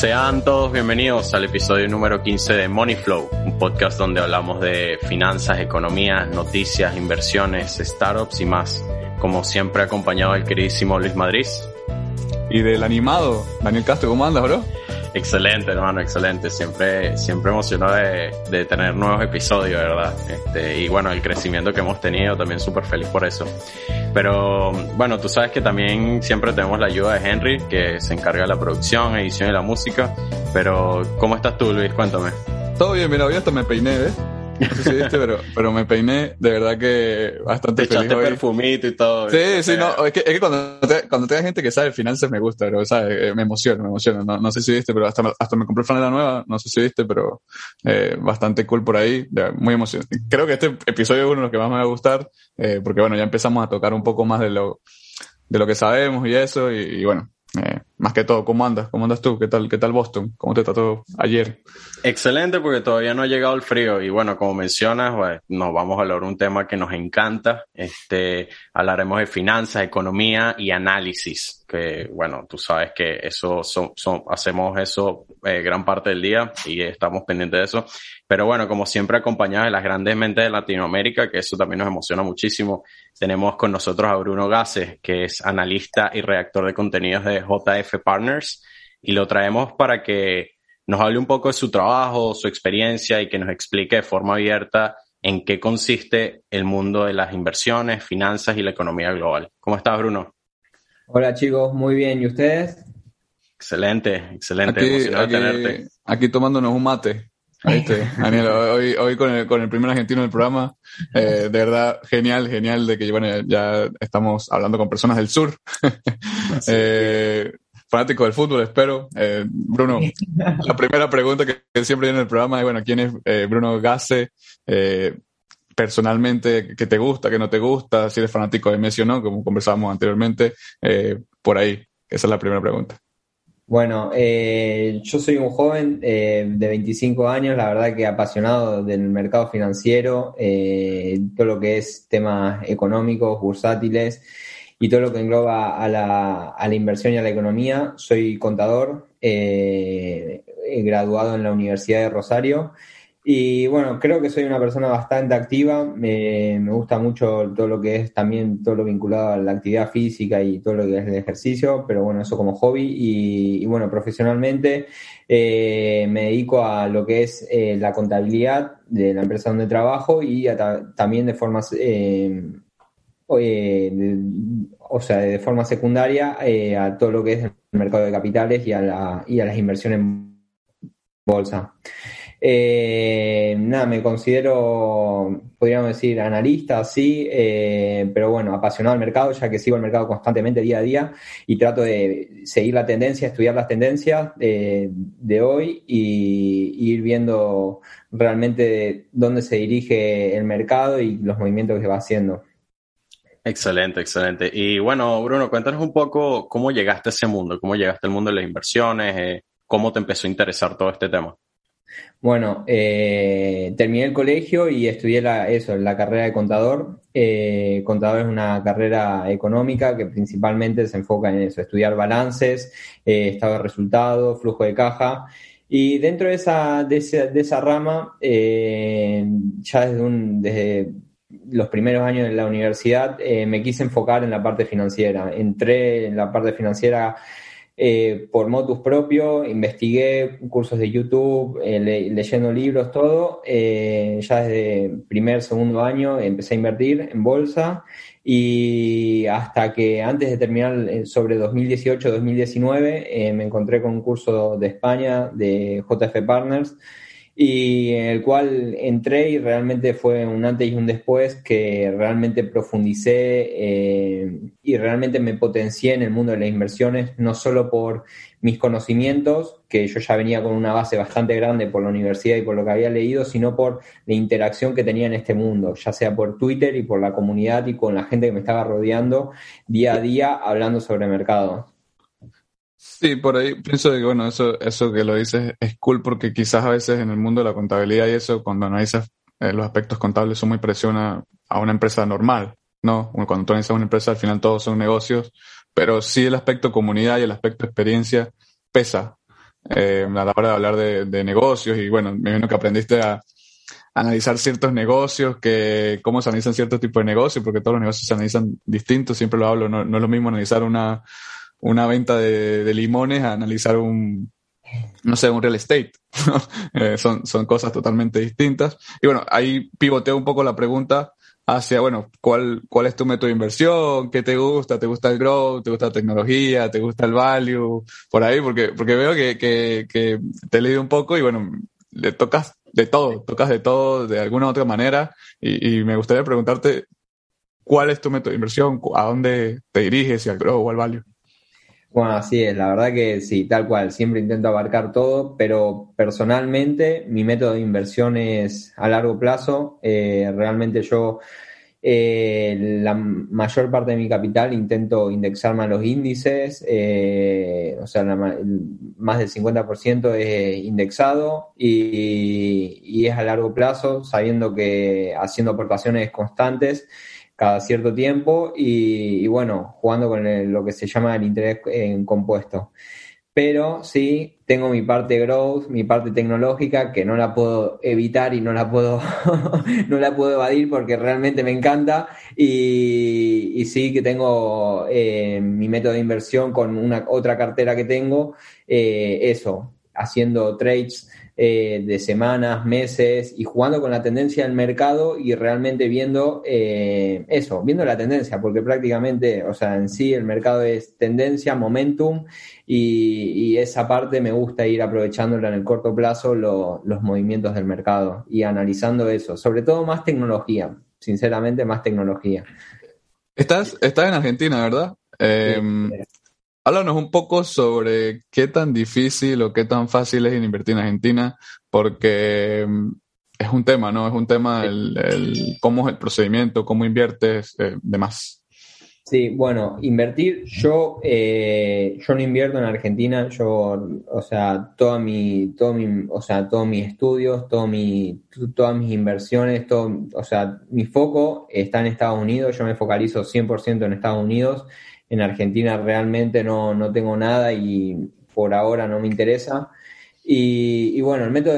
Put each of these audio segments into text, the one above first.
Sean todos bienvenidos al episodio número 15 de Money Flow, un podcast donde hablamos de finanzas, economía, noticias, inversiones, startups y más. Como siempre, acompañado del queridísimo Luis Madrid. Y del animado, Daniel Castro. ¿Cómo andas, bro? Excelente, hermano, excelente. Siempre emocionado de tener nuevos episodios, ¿verdad? Y bueno, el crecimiento que hemos tenido, también súper feliz por eso. Pero bueno, tú sabes que también siempre tenemos la ayuda de Henry, que se encarga de la producción, edición y la música. Pero, ¿cómo estás tú, Luis? Cuéntame. Todo bien, mira, hoy hasta me peiné, ¿ves? No sé si viste, pero me peiné, de verdad que bastante feliz. Te echaste perfumito y todo. Sí, no, es que cuando te da gente que sabe finanzas me gusta, pero ¿sabes? Me emociona. No sé si viste, pero hasta me compré franela nueva, no sé si viste, pero bastante cool por ahí, muy emocionante. Creo que este episodio es uno de los que más me va a gustar, porque bueno, ya empezamos a tocar un poco más de lo que sabemos y eso, y bueno, más que todo, ¿cómo andas? ¿Cómo andas tú? ¿Qué tal Boston? ¿Cómo te trató ayer? Excelente, porque todavía no ha llegado el frío y bueno, como mencionas, pues, nos vamos a hablar de un tema que nos encanta. Hablaremos de finanzas, economía y análisis, que bueno, tú sabes que eso hacemos eso gran parte del día y estamos pendientes de eso. Pero bueno, como siempre, acompañados de las grandes mentes de Latinoamérica, que eso también nos emociona muchísimo. Tenemos con nosotros a Bruno Gase, que es analista y redactor de contenidos de JF Partners, y lo traemos para que nos hable un poco de su trabajo, su experiencia y que nos explique de forma abierta en qué consiste el mundo de las inversiones, finanzas y la economía global. ¿Cómo estás, Bruno? Hola chicos, muy bien. ¿Y ustedes? Excelente. Emocionado de tenerte. Aquí tomándonos un mate. ¿Viste? Daniel, hoy con el primer argentino del programa, de verdad genial de que bueno, ya estamos hablando con personas del sur. Sí. Fanático del fútbol, espero. Bruno, la primera pregunta que siempre viene en el programa es, bueno, ¿quién es Bruno Gase? Personalmente, ¿qué te gusta, qué no te gusta? Si eres fanático de Messi o no, como conversábamos anteriormente, por ahí. Esa es la primera pregunta. Bueno, yo soy un joven de 25 años, la verdad que apasionado del mercado financiero, todo lo que es temas económicos, bursátiles y todo lo que engloba a la inversión y a la economía. Soy contador, graduado en la Universidad de Rosario. Y bueno, creo que soy una persona bastante activa, me gusta mucho todo lo que es también todo lo vinculado a la actividad física y todo lo que es el ejercicio, pero bueno, eso como hobby y bueno, profesionalmente me dedico a lo que es la contabilidad de la empresa donde trabajo y también de formas, de forma secundaria a todo lo que es el mercado de capitales y a las inversiones en bolsa. Me considero, podríamos decir, analista, sí, pero bueno, apasionado al mercado, ya que sigo el mercado constantemente día a día y trato de seguir la tendencia, estudiar las tendencias de hoy y ir viendo realmente dónde se dirige el mercado y los movimientos que va haciendo. Excelente. Y bueno, Bruno, cuéntanos un poco cómo llegaste a ese mundo, cómo llegaste al mundo de las inversiones, cómo te empezó a interesar todo este tema. Bueno, terminé el colegio y estudié la carrera de contador. Contador es una carrera económica que principalmente se enfoca en eso, estudiar balances, estado de resultados, flujo de caja. Y dentro de esa rama, ya desde los primeros años de la universidad, me quise enfocar en la parte financiera. Entré en la parte financiera por motus propio, investigué cursos de YouTube, leyendo libros, todo. Ya desde segundo año empecé a invertir en bolsa y hasta que antes de terminar sobre 2018-2019 me encontré con un curso de España de JF Partners y en el cual entré y realmente fue un antes y un después que realmente profundicé y realmente me potencié en el mundo de las inversiones, no solo por mis conocimientos, que yo ya venía con una base bastante grande por la universidad y por lo que había leído, sino por la interacción que tenía en este mundo, ya sea por Twitter y por la comunidad y con la gente que me estaba rodeando día a día hablando sobre mercado. Sí, por ahí pienso que, bueno, eso que lo dices es cool porque quizás a veces en el mundo de la contabilidad y eso, cuando analizas los aspectos contables son muy parecidos a una empresa normal, ¿no? Cuando tú analizas una empresa, al final todos son negocios, pero sí el aspecto comunidad y el aspecto experiencia pesa. a la hora de hablar de negocios y bueno, me imagino que aprendiste a analizar ciertos negocios, cómo se analizan ciertos tipos de negocios, porque todos los negocios se analizan distintos, siempre lo hablo, no es lo mismo analizar una venta de limones a analizar un real estate. Son cosas totalmente distintas. Y bueno, ahí pivoteo un poco la pregunta hacia, bueno, ¿cuál es tu método de inversión? ¿Qué te gusta? ¿Te gusta el growth? ¿Te gusta la tecnología? ¿Te gusta el value? Por ahí, porque veo que te he leído un poco y bueno, le tocas de todo de alguna u otra manera y me gustaría preguntarte ¿cuál es tu método de inversión? ¿A dónde te diriges? ¿Si al growth o al value? Bueno, así es, la verdad que sí, tal cual, siempre intento abarcar todo, pero personalmente mi método de inversión es a largo plazo. Realmente yo la mayor parte de mi capital intento indexarme a los índices, o sea, más del 50% es indexado y es a largo plazo, sabiendo que haciendo aportaciones constantes cada cierto tiempo y bueno, jugando con lo que se llama el interés en compuesto. Pero sí, tengo mi parte growth, mi parte tecnológica, que no la puedo evitar y no la puedo, no la puedo evadir porque realmente me encanta. Y sí que tengo mi método de inversión con una otra cartera que tengo, haciendo trades de semanas, meses y jugando con la tendencia del mercado y realmente viendo viendo la tendencia, porque prácticamente, o sea, en sí el mercado es tendencia, momentum y esa parte me gusta ir aprovechándola en el corto plazo, los movimientos del mercado y analizando eso, sobre todo más tecnología, sinceramente más tecnología. Estás en Argentina, ¿verdad? Háblanos un poco sobre qué tan difícil o qué tan fácil es invertir en Argentina, porque es un tema, ¿no? Es un tema cómo es el procedimiento, cómo inviertes, demás. Sí, bueno, invertir, yo no invierto en Argentina, o sea, todos mis estudios, todas mis inversiones, o sea, mi foco está en Estados Unidos, yo me focalizo 100% en Estados Unidos, en Argentina realmente no tengo nada y por ahora no me interesa. Y bueno, el método,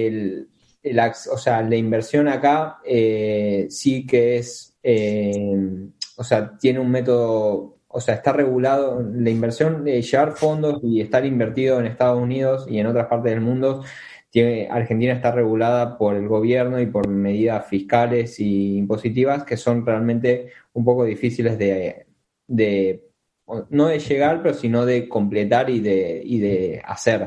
o sea, la inversión acá sí que es... o sea, tiene un método, o sea, está regulado la inversión, llevar fondos y estar invertido en Estados Unidos y en otras partes del mundo. Argentina está regulada por el gobierno y por medidas fiscales y impositivas que son realmente un poco difíciles no de llegar, pero sino de completar y de hacer.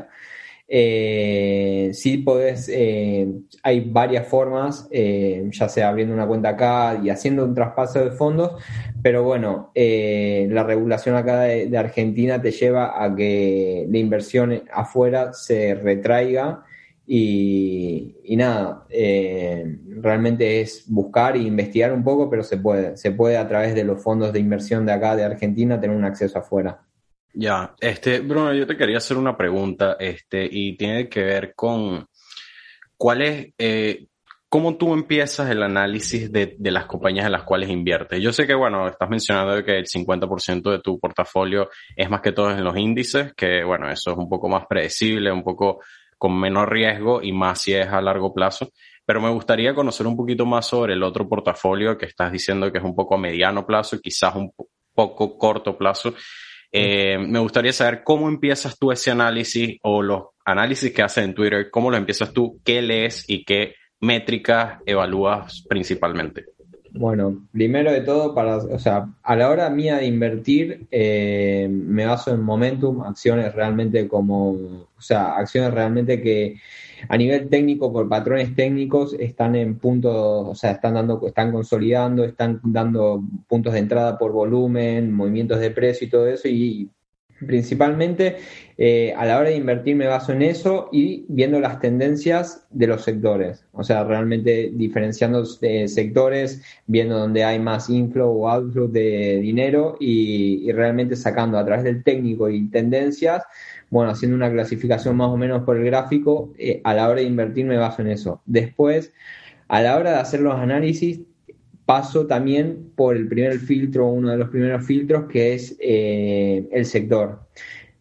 Sí podés, hay varias formas, ya sea abriendo una cuenta acá y haciendo un traspaso de fondos, pero bueno, la regulación acá de Argentina te lleva a que la inversión afuera se retraiga y nada, realmente es buscar e investigar un poco, pero se puede a través de los fondos de inversión de acá de Argentina tener un acceso afuera. Ya, Bruno, yo te quería hacer una pregunta, y tiene que ver con cuál es, cómo tú empiezas el análisis de las compañías en las cuales inviertes. Yo sé que, bueno, estás mencionando que el 50% de tu portafolio es más que todo en los índices, que, bueno, eso es un poco más predecible, un poco con menor riesgo y más si es a largo plazo. Pero me gustaría conocer un poquito más sobre el otro portafolio que estás diciendo que es un poco a mediano plazo, quizás un poco corto plazo. Me gustaría saber cómo empiezas tú ese análisis o los análisis que haces en Twitter, cómo lo empiezas tú, qué lees y qué métricas evalúas principalmente. Bueno, primero de todo, o sea, a la hora mía de invertir, me baso en momentum, acciones realmente acciones realmente que a nivel técnico, por patrones técnicos, están en puntos, o sea, están consolidando, están dando puntos de entrada por volumen, movimientos de precio y todo eso, y principalmente a la hora de invertir me baso en eso y viendo las tendencias de los sectores, o sea, realmente diferenciando sectores, viendo dónde hay más inflow o outflow de dinero y realmente sacando a través del técnico y tendencias, bueno, haciendo una clasificación más o menos por el gráfico, a la hora de invertir me baso en eso. Después, a la hora de hacer los análisis, paso también por el primer filtro, uno de los primeros filtros, que es el sector.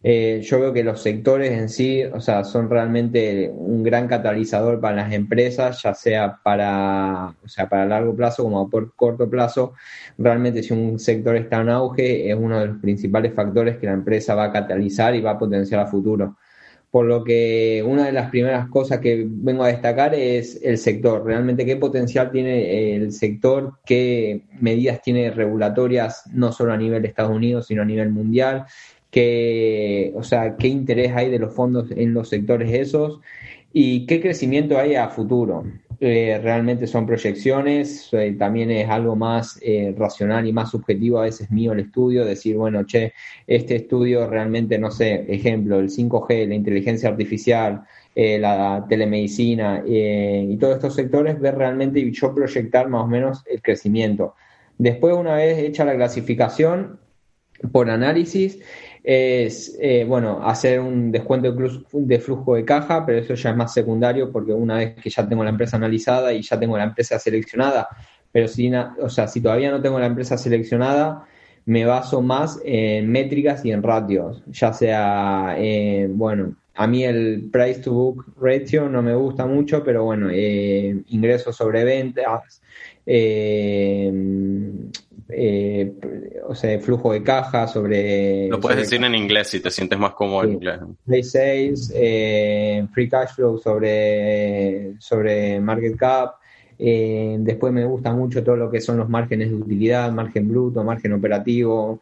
Yo veo que los sectores en sí, o sea, son realmente un gran catalizador para las empresas, ya sea para largo plazo como por corto plazo. Realmente si un sector está en auge, es uno de los principales factores que la empresa va a catalizar y va a potenciar a futuro. Por lo que una de las primeras cosas que vengo a destacar es el sector. Realmente qué potencial tiene el sector, qué medidas tiene regulatorias, no solo a nivel de Estados Unidos, sino a nivel mundial, qué interés hay de los fondos en los sectores esos y qué crecimiento hay a futuro. Realmente son proyecciones, también es algo más racional y más subjetivo a veces mío el estudio, decir, bueno, este estudio realmente, no sé, ejemplo, el 5G, la inteligencia artificial, la telemedicina y todos estos sectores, ver realmente y yo proyectar más o menos el crecimiento. Después, una vez hecha la clasificación por análisis, es hacer un descuento de flujo de caja, pero eso ya es más secundario porque una vez que ya tengo la empresa analizada y ya tengo la empresa seleccionada, pero si todavía no tengo la empresa seleccionada, me baso más en métricas y en ratios, ya sea, a mí el price to book ratio no me gusta mucho, pero bueno, ingresos sobre ventas, flujo de caja sobre... Lo puedes decir en inglés si te sientes más cómodo en inglés. Play sales, free cash flow sobre market cap. Después me gusta mucho todo lo que son los márgenes de utilidad, margen bruto, margen operativo.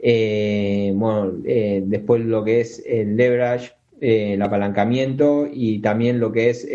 Después lo que es el leverage, el apalancamiento y también lo que es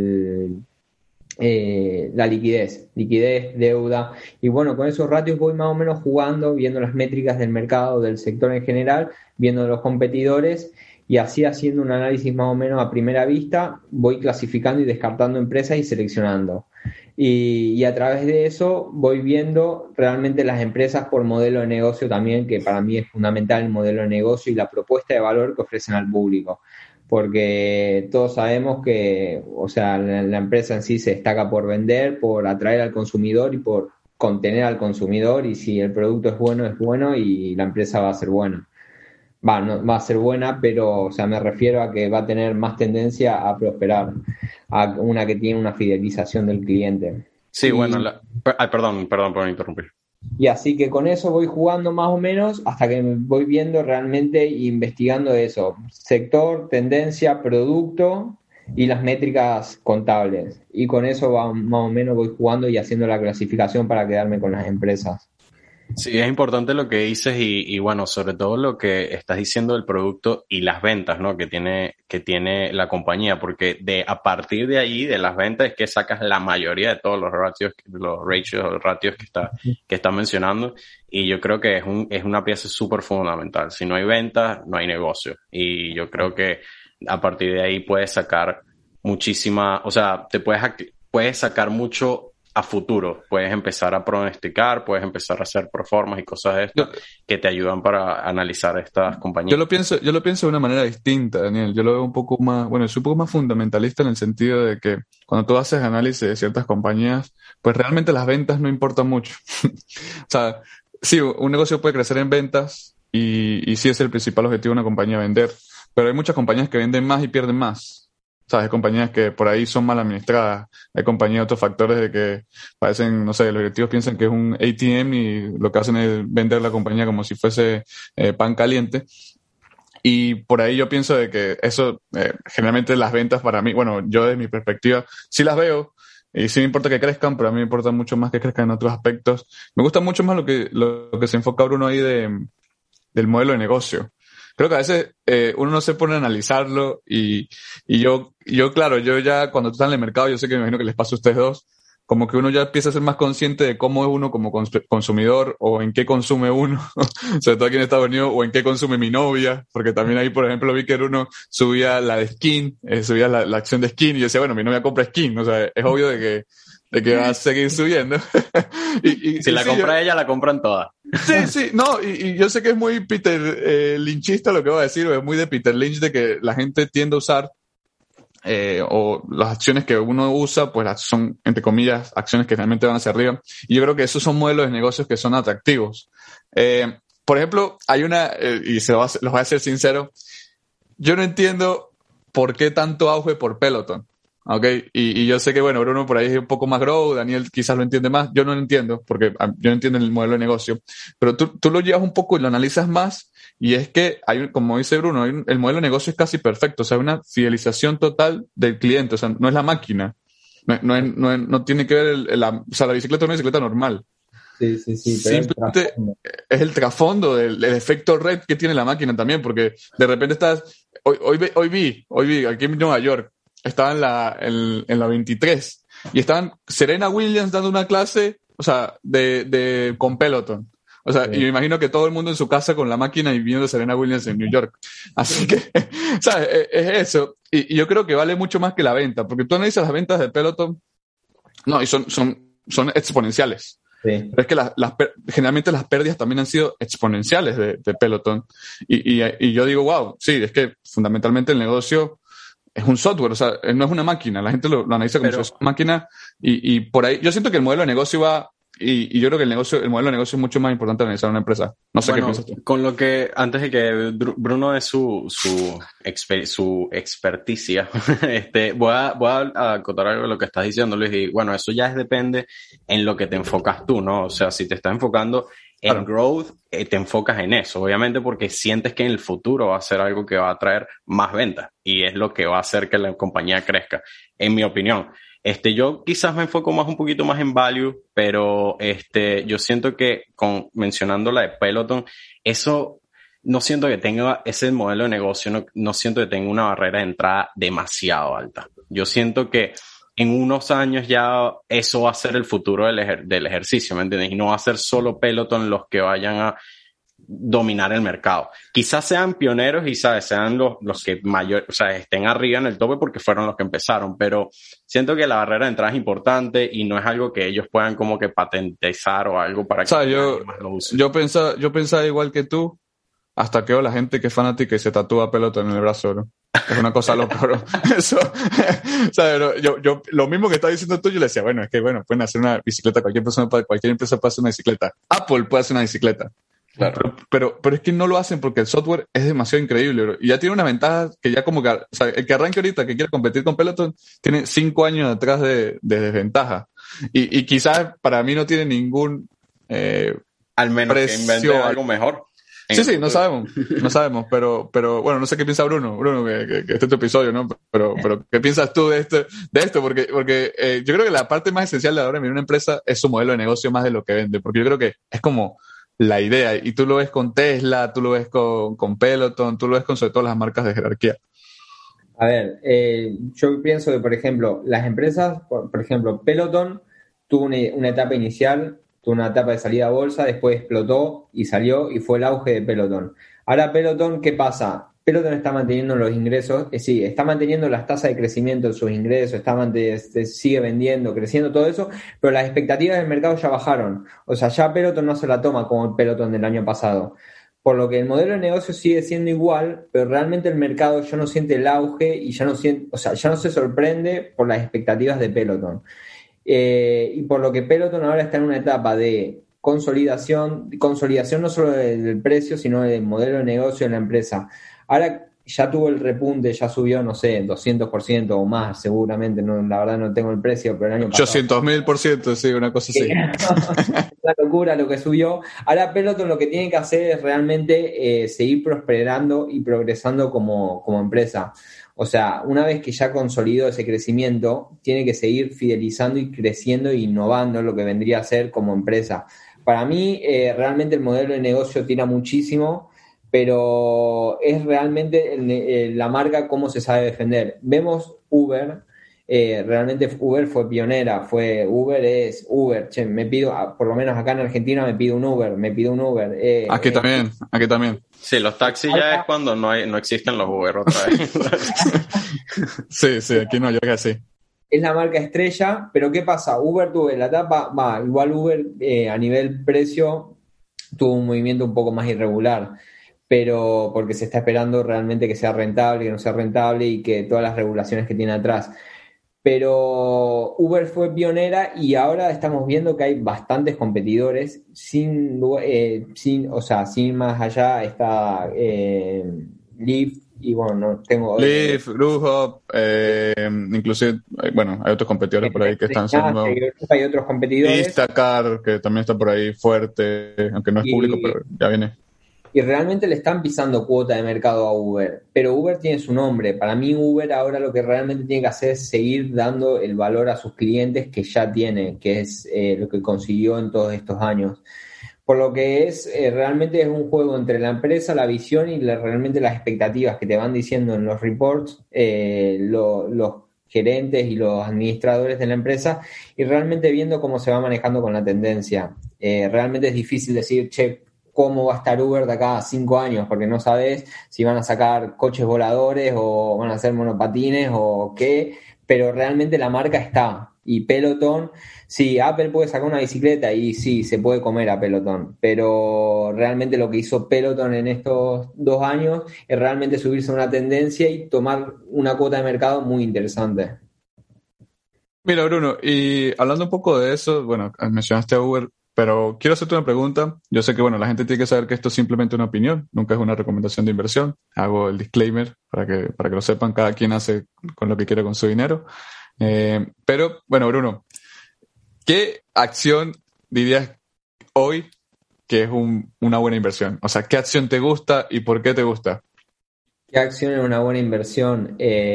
la liquidez, deuda, y bueno, con esos ratios voy más o menos jugando, viendo las métricas del mercado, del sector en general, viendo los competidores y así haciendo un análisis más o menos a primera vista, voy clasificando y descartando empresas y seleccionando. Y a través de eso voy viendo realmente las empresas por modelo de negocio también, que para mí es fundamental el modelo de negocio y la propuesta de valor que ofrecen al público. Porque todos sabemos que, la empresa en sí se destaca por vender, por atraer al consumidor y por contener al consumidor, y si el producto es bueno y la empresa va a ser buena. No va a ser buena, pero me refiero a que va a tener más tendencia a prosperar, a una que tiene una fidelización del cliente. Sí, perdón por interrumpir. Y así que con eso voy jugando más o menos hasta que voy viendo realmente e investigando eso, sector, tendencia, producto y las métricas contables. Y con eso más o menos voy jugando y haciendo la clasificación para quedarme con las empresas. Sí, es importante lo que dices y bueno, sobre todo lo que estás diciendo del producto y las ventas, ¿no? Que tiene la compañía, porque a partir de ahí, de las ventas, es que sacas la mayoría de todos los ratios que está mencionando, y yo creo que es una pieza súper fundamental. Si no hay ventas, no hay negocio, y yo creo que a partir de ahí puedes sacar puedes sacar mucho a futuro, puedes empezar a pronosticar, puedes empezar a hacer proformas y cosas de esto que te ayudan para analizar estas compañías. Yo lo pienso de una manera distinta, Daniel. Yo lo veo un poco más, soy un poco más fundamentalista en el sentido de que cuando tú haces análisis de ciertas compañías, pues realmente las ventas no importan mucho. O sea, sí, un negocio puede crecer en ventas y sí es el principal objetivo de una compañía vender, pero hay muchas compañías que venden más y pierden más. ¿Sabes? Hay compañías que por ahí son mal administradas. Hay compañías, otros factores de que parecen, no sé, los directivos piensan que es un ATM y lo que hacen es vender la compañía como si fuese pan caliente. Y por ahí yo pienso de que eso, generalmente las ventas para mí, yo desde mi perspectiva, sí las veo y sí me importa que crezcan, pero a mí me importa mucho más que crezcan en otros aspectos. Me gusta mucho más lo que se enfoca Bruno ahí del modelo de negocio. Creo que a veces uno no se pone a analizarlo y yo claro, yo ya cuando tú estás en el mercado, yo sé que me imagino que les pasa a ustedes dos, como que uno ya empieza a ser más consciente de cómo es uno como consumidor o en qué consume uno, sobre todo aquí en Estados Unidos, o en qué consume mi novia, porque también ahí, por ejemplo, vi que uno subía la de skin, subía la acción de skin y yo decía, mi novia compra skin, o sea, es obvio de que va a seguir subiendo. Si la compra ella, la compran todas. Sí, no, y yo sé que es muy Peter Lynchista lo que voy a decir, o es muy de Peter Lynch de que la gente tiende a usar o las acciones que uno usa, pues son, entre comillas, acciones que realmente van hacia arriba. Y yo creo que esos son modelos de negocios que son atractivos. por ejemplo, hay una, y los voy a ser sincero, yo no entiendo por qué tanto auge por Peloton. ¿Ok? Y yo sé que, bueno, Bruno por ahí es un poco más grow, Daniel quizás lo entiende más, yo no lo entiendo, porque yo no entiendo el modelo de negocio, pero tú lo llevas un poco y lo analizas más, y es que, como dice Bruno, el modelo de negocio es casi perfecto, o sea, hay una fidelización total del cliente, o sea, no es la máquina, no tiene que ver, o sea, la bicicleta no es una bicicleta normal. Sí, Simplemente es el trasfondo del efecto red que tiene la máquina también, porque de repente hoy vi aquí en Nueva York, estaba en la 23 y estaban Serena Williams dando una clase, o sea, con Peloton. O sea, sí. Y me imagino que todo el mundo en su casa con la máquina y viendo a Serena Williams en New York. Así que, ¿sabes? Es eso. Y yo creo que vale mucho más que la venta, porque tú analizas las ventas de Peloton, no, y son exponenciales. Sí. Pero es que generalmente las pérdidas también han sido exponenciales de Peloton. Y yo digo, wow, sí, es que fundamentalmente el negocio es un software, o sea, no es una máquina. La gente lo analiza como si es una máquina y por ahí. Yo siento que el modelo de negocio va, y yo creo que el modelo de negocio es mucho más importante analizar una empresa. No sé qué piensas tú. Con lo que, antes de que Bruno dé su experticia, voy a acotar algo de lo que estás diciendo, Luis, y bueno, eso ya depende en lo que te enfocas tú, ¿no? O sea, si te estás enfocando en growth, te enfocas en eso, obviamente, porque sientes que en el futuro va a ser algo que va a traer más ventas y es lo que va a hacer que la compañía crezca, en mi opinión. Yo quizás me enfoco un poquito más en value, pero yo siento que mencionando la de Peloton, eso no siento que tenga ese modelo de negocio, no siento que tenga una barrera de entrada demasiado alta. Yo siento que en unos años ya eso va a ser el futuro del ejercicio, ¿me entiendes? Y no va a ser solo Peloton los que vayan a dominar el mercado. Quizás sean pioneros y, ¿sabes? Sean los que estén arriba en el tope porque fueron los que empezaron, pero siento que la barrera de entrada es importante y no es algo que ellos puedan como que patentizar o algo para que nadie más lo use. Yo pensaba igual que tú hasta que veo la gente que es fanática y se tatúa Peloton en el brazo, ¿no? Es una cosa loca, bro. Eso, ¿sabes? Yo lo mismo que estaba diciendo tú, yo le decía, bueno, es que pueden hacer una bicicleta, cualquier empresa puede hacer una bicicleta. Apple puede hacer una bicicleta. Claro. Pero es que no lo hacen porque el software es demasiado increíble, bro. Y ya tiene una ventaja que ya como que, o sea, el que arranque ahorita, que quiere competir con Peloton, tiene 5 años atrás de desventaja. Y quizás para mí no tiene ningún al menos que invente algo mejor. Sí, no sabemos, pero bueno, no sé qué piensa Bruno, que este es tu episodio, ¿no? Pero ¿qué piensas tú de esto? Porque yo creo que la parte más esencial de ahora en una empresa es su modelo de negocio más de lo que vende, porque yo creo que es como la idea, y tú lo ves con Tesla, tú lo ves con Peloton, tú lo ves con sobre todo las marcas de jerarquía. A ver, yo pienso que, por ejemplo, las empresas, por ejemplo, Peloton tuvo una etapa inicial, tuvo una etapa de salida a bolsa, después explotó y salió y fue el auge de Peloton. Ahora Peloton, ¿qué pasa? Peloton está manteniendo los ingresos, sí, está manteniendo las tasas de crecimiento de sus ingresos, sigue vendiendo, creciendo, todo eso, pero las expectativas del mercado ya bajaron. O sea, ya Peloton no se la toma como el Peloton del año pasado. Por lo que el modelo de negocio sigue siendo igual, pero realmente el mercado ya no siente el auge y ya no se sorprende por las expectativas de Peloton. Y por lo que Peloton ahora está en una etapa de consolidación no solo del precio, sino del modelo de negocio de la empresa. Ahora ya tuvo el repunte, ya subió, no sé, 200% o más, seguramente, no, la verdad no tengo el precio, pero el año pasado... 800.000%, sí, una cosa así. Es una locura lo que subió. Ahora Peloton lo que tiene que hacer es realmente seguir prosperando y progresando como empresa. O sea, una vez que ya consolidó ese crecimiento, tiene que seguir fidelizando y creciendo e innovando lo que vendría a ser como empresa. Para mí, realmente el modelo de negocio tira muchísimo, pero es realmente la marca cómo se sabe defender. Vemos Uber, realmente Uber fue pionera, Uber es Uber, che, por lo menos acá en Argentina me pido un Uber. Aquí también. Sí, los taxis ya es cuando no existen los Uber otra vez. Sí, aquí no, yo que sí. Es la marca estrella, pero ¿qué pasa? Uber tuvo la etapa, igual Uber a nivel precio tuvo un movimiento un poco más irregular, pero porque se está esperando realmente que sea rentable, que no sea rentable y que todas las regulaciones que tiene atrás. Pero Uber fue pionera y ahora estamos viendo que hay bastantes competidores. Sin más allá está Lyft y bueno, no tengo... Lyft, Grubhub, inclusive, bueno, hay otros competidores por ahí que están siendo... Hay otros competidores. Instacart, que también está por ahí fuerte, aunque no es público, pero ya viene. Y realmente le están pisando cuota de mercado a Uber, pero Uber tiene su nombre. Para mí Uber ahora lo que realmente tiene que hacer es seguir dando el valor a sus clientes que ya tiene, que es lo que consiguió en todos estos años. Por lo que realmente es un juego entre la empresa, la visión y realmente las expectativas que te van diciendo en los reports los gerentes y los administradores de la empresa y realmente viendo cómo se va manejando con la tendencia. Realmente es difícil decir, che, cómo va a estar Uber de acá a 5 años, porque no sabes si van a sacar coches voladores o van a hacer monopatines o qué, pero realmente la marca está. Y Peloton, sí, Apple puede sacar una bicicleta y sí, se puede comer a Peloton, pero realmente lo que hizo Peloton en estos 2 años es realmente subirse a una tendencia y tomar una cuota de mercado muy interesante. Mira, Bruno, y hablando un poco de eso, bueno, mencionaste a Uber, pero quiero hacerte una pregunta. Yo sé que, bueno, la gente tiene que saber que esto es simplemente una opinión, nunca es una recomendación de inversión. Hago el disclaimer para que lo sepan, cada quien hace con lo que quiere con su dinero. Pero, bueno, Bruno, ¿qué acción dirías hoy que es una buena inversión? O sea, ¿qué acción te gusta y por qué te gusta? ¿Qué acción es una buena inversión?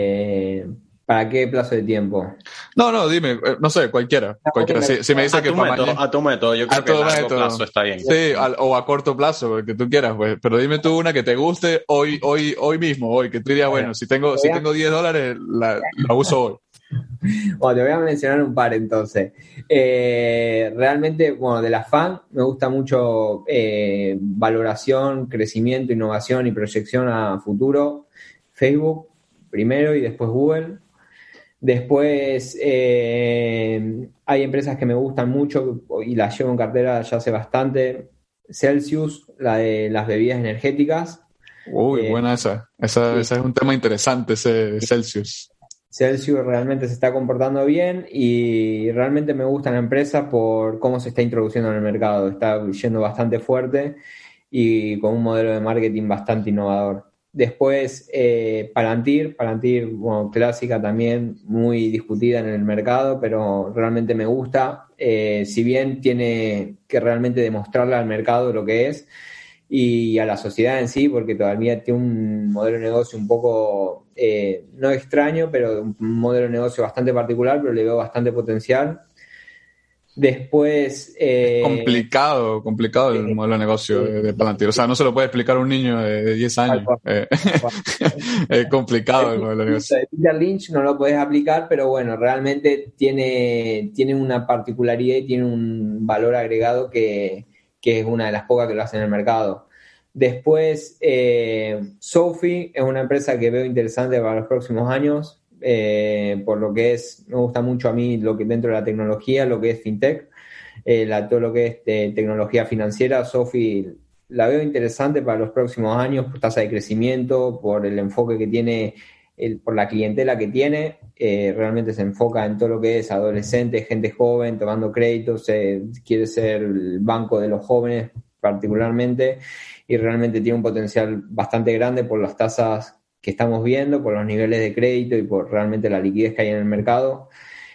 ¿Para qué plazo de tiempo? No, dime, no sé, cualquiera. Si me dice que a tu método, yo creo que a largo plazo está bien. Sí, o a corto plazo, el que tú quieras, pues. Pero dime tú una que te guste hoy mismo, que tú dirías, bueno, si tengo $10, la uso hoy. Bueno, te voy a mencionar un par entonces. Realmente, bueno, de la FAN me gusta mucho valoración, crecimiento, innovación y proyección a futuro. Facebook primero y después Google. Después hay empresas que me gustan mucho y las llevo en cartera ya hace bastante. Celsius, la de las bebidas energéticas. Uy, buena esa. Ese es un tema interesante, ese Celsius. Celsius realmente se está comportando bien y realmente me gusta la empresa por cómo se está introduciendo en el mercado. Está yendo bastante fuerte y con un modelo de marketing bastante innovador. Después, Palantir, bueno, clásica también, muy discutida en el mercado, pero realmente me gusta. Si bien tiene que realmente demostrarle al mercado lo que es y a la sociedad en sí, porque todavía tiene un modelo de negocio un poco, no extraño, pero un modelo de negocio bastante particular, pero le veo bastante potencial. Después... complicado el modelo de negocio de Palantir. O sea, no se lo puede explicar a un niño de 10 años. Es complicado el modelo de negocio. Peter Lynch no lo puedes aplicar, pero bueno, realmente tiene una particularidad y tiene un valor agregado que es una de las pocas que lo hacen en el mercado. Después, Sophie es una empresa que veo interesante para los próximos años. Por lo que me gusta mucho a mí lo que dentro de la tecnología, lo que es fintech, todo lo que es tecnología financiera. Sophie la veo interesante para los próximos años por tasa de crecimiento, por el enfoque que tiene, por la clientela que tiene. Realmente se enfoca en todo lo que es adolescentes, gente joven, tomando créditos, quiere ser el banco de los jóvenes particularmente y realmente tiene un potencial bastante grande por las tasas que estamos viendo, por los niveles de crédito y por realmente la liquidez que hay en el mercado.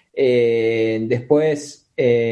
Después,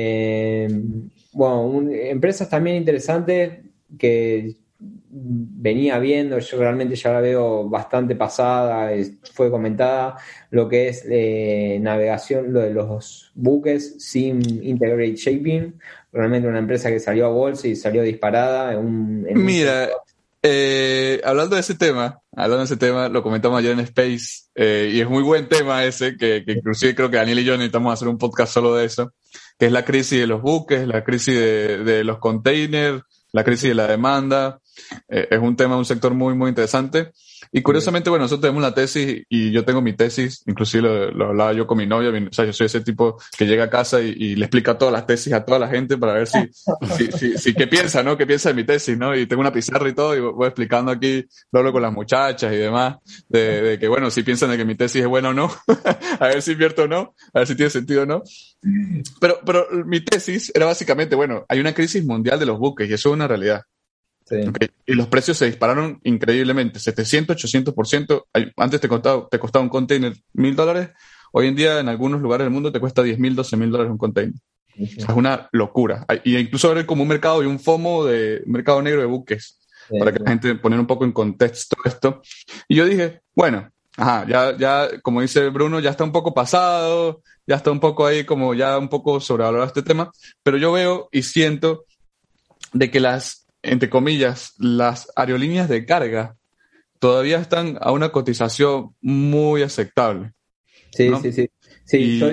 empresas también interesantes que venía viendo, yo realmente ya la veo bastante pasada, fue comentada, lo que es navegación, lo de los buques, Sim Integrated Shipping, realmente una empresa que salió a bolsa y salió disparada. Mira, hablando de ese tema, lo comentamos ayer en Space, y es muy buen tema ese, que inclusive creo que Daniel y yo necesitamos hacer un podcast solo de eso, que es la crisis de los buques, la crisis de los containers, la crisis de la demanda. es un tema, un sector muy, muy interesante. Y curiosamente, bueno, nosotros tenemos una tesis y yo tengo mi tesis, inclusive lo hablaba yo con mi novia, o sea, yo soy ese tipo que llega a casa y le explica todas las tesis a toda la gente para ver si qué piensa, ¿no? ¿Qué piensa de mi tesis, ¿no? Y tengo una pizarra y todo y voy explicando aquí, lo hablo con las muchachas y demás, de que, bueno, si piensan de que mi tesis es buena o no, a ver si invierto o no, a ver si tiene sentido o no. Pero mi tesis era básicamente, bueno, hay una crisis mundial de los buques y eso es una realidad. Sí. Okay. Y los precios se dispararon increíblemente, 700, 800%. Antes te costaba un container $1,000. Hoy en día en algunos lugares del mundo te cuesta $10,000, $12,000 un container. Sí. O sea, es una locura. Y incluso hay como un mercado y un FOMO de mercado negro de buques, para que la gente poner un poco en contexto esto. Y yo dije, bueno, ya como dice Bruno, ya está un poco pasado, ya está un poco ahí como ya un poco sobrevalorado este tema, pero yo veo y siento de que entre comillas, las aerolíneas de carga todavía están a una cotización muy aceptable. Sí, ¿no? sí. Yo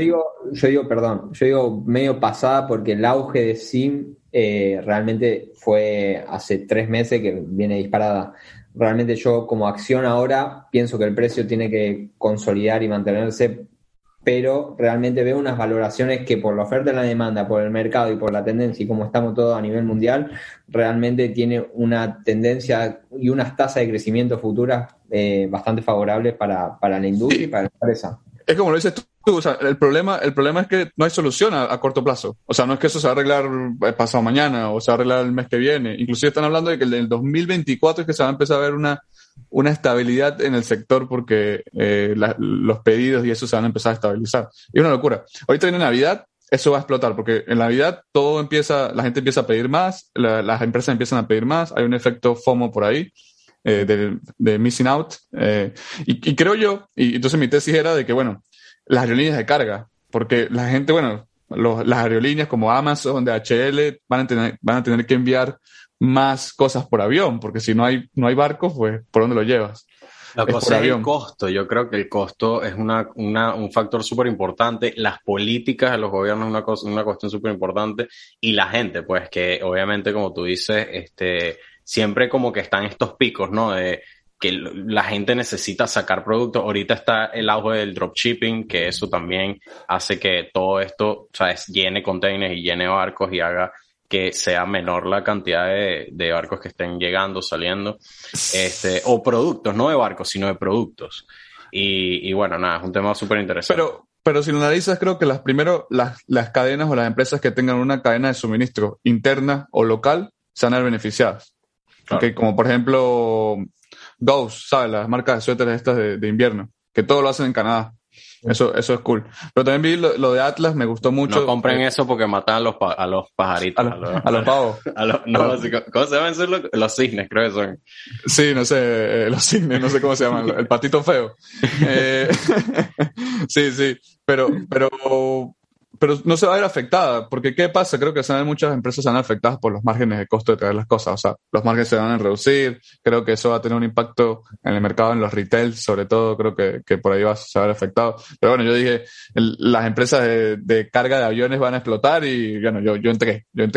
digo medio pasada porque el auge de SIM realmente fue hace 3 meses que viene disparada. Realmente yo como acción ahora pienso que el precio tiene que consolidar y mantenerse, pero realmente veo unas valoraciones que por la oferta y la demanda, por el mercado y por la tendencia y como estamos todos a nivel mundial, realmente tiene una tendencia y unas tasas de crecimiento futuras bastante favorables para la industria y para la empresa. Es como lo dices tú, o sea, el problema es que no hay solución a corto plazo. O sea, no es que eso se va a arreglar pasado mañana o se va a arreglar el mes que viene. Inclusive están hablando de que el 2024 es que se va a empezar a ver una estabilidad en el sector porque los pedidos y eso se van a empezar a estabilizar. Y es una locura. Ahorita viene Navidad, eso va a explotar porque en Navidad la gente empieza a pedir más, las empresas empiezan a pedir más, hay un efecto FOMO por ahí. De missing out. Y creo yo, y entonces mi tesis era de que, bueno, las aerolíneas de carga, porque la gente, bueno, las aerolíneas como Amazon, DHL, van a tener que enviar más cosas por avión, porque si no hay barcos, pues, ¿por dónde lo llevas? La cosa es el costo. Yo creo que el costo es un factor súper importante. Las políticas de los gobiernos es una cuestión súper importante. Y la gente, pues, que obviamente, como tú dices, siempre como que están estos picos, ¿no? De que la gente necesita sacar productos. Ahorita está el auge del dropshipping, que eso también hace que todo esto, ¿sabes?, llene containers y llene barcos y haga que sea menor la cantidad de barcos que estén llegando, saliendo, o productos, no de barcos, sino de productos. Y bueno, nada, es un tema súper interesante. Pero si lo analizas, creo que las cadenas o las empresas que tengan una cadena de suministro interna o local se van a ver beneficiadas. Claro. Okay, como por ejemplo Ghost, ¿sabes? Las marcas de suéteres estas de invierno, que todo lo hacen en Canadá. Eso es cool. Pero también vi lo de Atlas, me gustó mucho. No compren eso porque matan a los pajaritos. A los pavos. ¿Cómo se llaman los cisnes? Creo que son. Sí, no sé, los cisnes, no sé cómo se llaman. El patito feo. Sí. Pero no se va a ver afectada, porque ¿qué pasa? Creo que muchas empresas se van afectadas por los márgenes de costo de traer las cosas, o sea, los márgenes se van a reducir, creo que eso va a tener un impacto en el mercado, en los retail, sobre todo, creo que por ahí se va a ver afectado. Pero bueno, yo dije, las empresas de carga de aviones van a explotar y bueno, yo entré y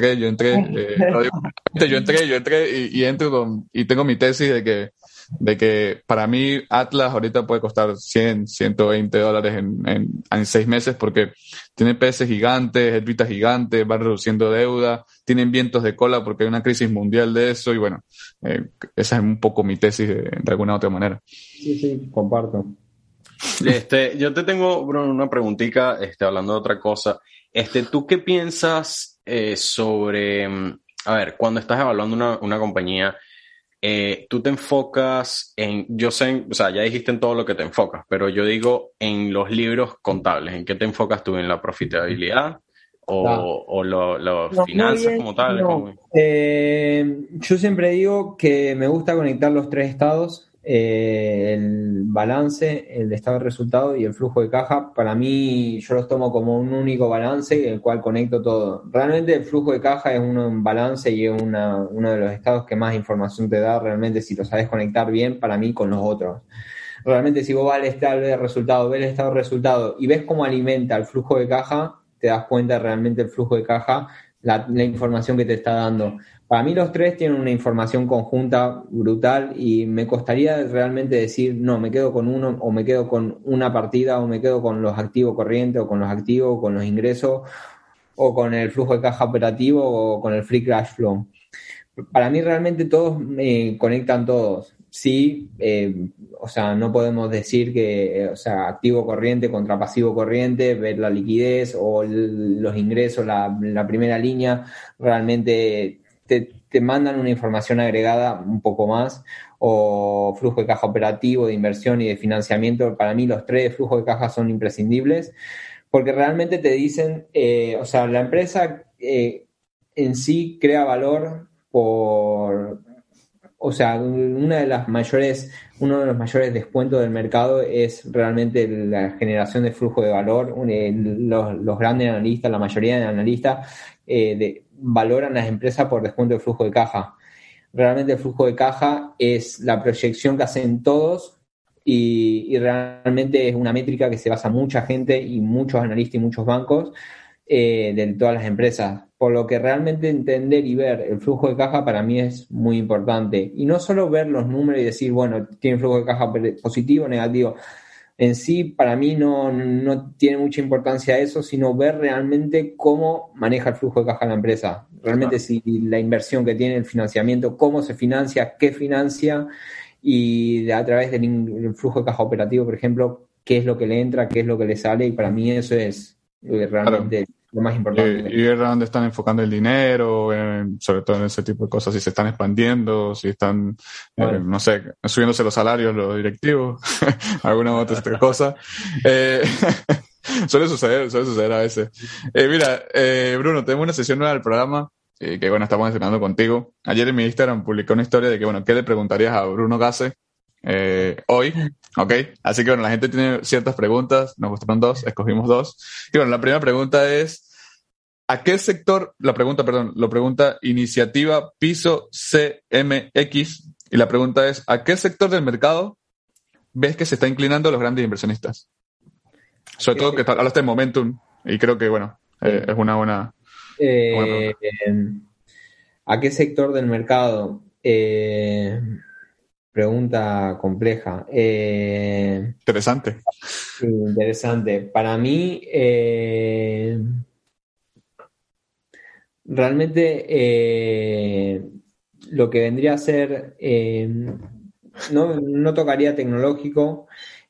entro y tengo mi tesis de que para mí Atlas ahorita puede costar $100, $120 en 6 meses porque tiene peces gigantes, herbitas gigantes, van reduciendo deuda, tienen vientos de cola porque hay una crisis mundial de eso y bueno, esa es un poco mi tesis de alguna otra manera. Sí, comparto. Yo te tengo, Bruno, una preguntita, hablando de otra cosa. ¿Tú qué piensas sobre, a ver, cuando estás evaluando una compañía, tú te enfocas yo sé, o sea, ya dijiste en todo lo que te enfocas, pero yo digo en los libros contables, ¿en qué te enfocas tú? ¿En la profitabilidad o las finanzas como tal? No. Yo siempre digo que me gusta conectar los 3 estados, el balance, el estado de resultado y el flujo de caja. Para mí, yo los tomo como un único balance en el cual conecto todo. Realmente el flujo de caja es un balance y es uno de los estados que más información te da realmente si lo sabes conectar bien para mí con los otros. Realmente si vos vas al estado de resultado, ves el estado de resultado y ves cómo alimenta el flujo de caja, te das cuenta realmente el flujo de caja la información que te está dando. Para mí los tres tienen una información conjunta brutal y me costaría realmente decir, no, me quedo con uno o me quedo con una partida o me quedo con los activos corrientes o con los activos o con los ingresos o con el flujo de caja operativo o con el free cash flow. Para mí realmente todos conectan todos. Sí, o sea, no podemos decir que, o sea, activo corriente contra pasivo corriente, ver la liquidez o los ingresos, la primera línea, realmente te mandan una información agregada un poco más, o flujo de caja operativo, de inversión y de financiamiento. Para mí los tres flujos de caja son imprescindibles, porque realmente te dicen, o sea, la empresa en sí crea valor o sea, uno de los mayores descuentos del mercado es realmente la generación de flujo de valor. Los grandes analistas, la mayoría de analistas, valoran las empresas por descuento de flujo de caja. Realmente el flujo de caja es la proyección que hacen todos y realmente es una métrica que se basa mucha gente y muchos analistas y muchos bancos de todas las empresas, por lo que realmente entender y ver el flujo de caja para mí es muy importante, y no solo ver los números y decir, bueno, tiene flujo de caja positivo o negativo, en sí para mí no tiene mucha importancia eso, sino ver realmente cómo maneja el flujo de caja la empresa, realmente claro. Si la inversión que tiene, el financiamiento, cómo se financia, qué financia, y a través del flujo de caja operativo, por ejemplo, qué es lo que le entra, qué es lo que le sale, y para mí eso es realmente claro. Lo más importante. Y ver a dónde están enfocando el dinero, sobre todo en ese tipo de cosas, si se están expandiendo, si están, bueno. No sé, subiéndose los salarios, los directivos, alguna otra cosa. Suele suceder a veces. Mira, Bruno, tenemos una sesión nueva del programa, que bueno, estamos estrenando contigo. Ayer en mi Instagram publicé una historia de que, bueno, ¿qué le preguntarías a Bruno Gase hoy? Ok, así que bueno, la gente tiene ciertas preguntas, nos gustaron dos, escogimos dos. Y bueno, la primera pregunta es, ¿a qué sector? Lo pregunta Iniciativa Piso CMX, y la pregunta es, ¿a qué sector del mercado ves que se está inclinando los grandes inversionistas? Sobre todo que hablaste de Momentum, y creo que bueno, es una buena pregunta. ¿A qué sector del mercado? Pregunta compleja. Interesante. Sí, interesante. Para mí, realmente lo que vendría a ser, no tocaría tecnológico,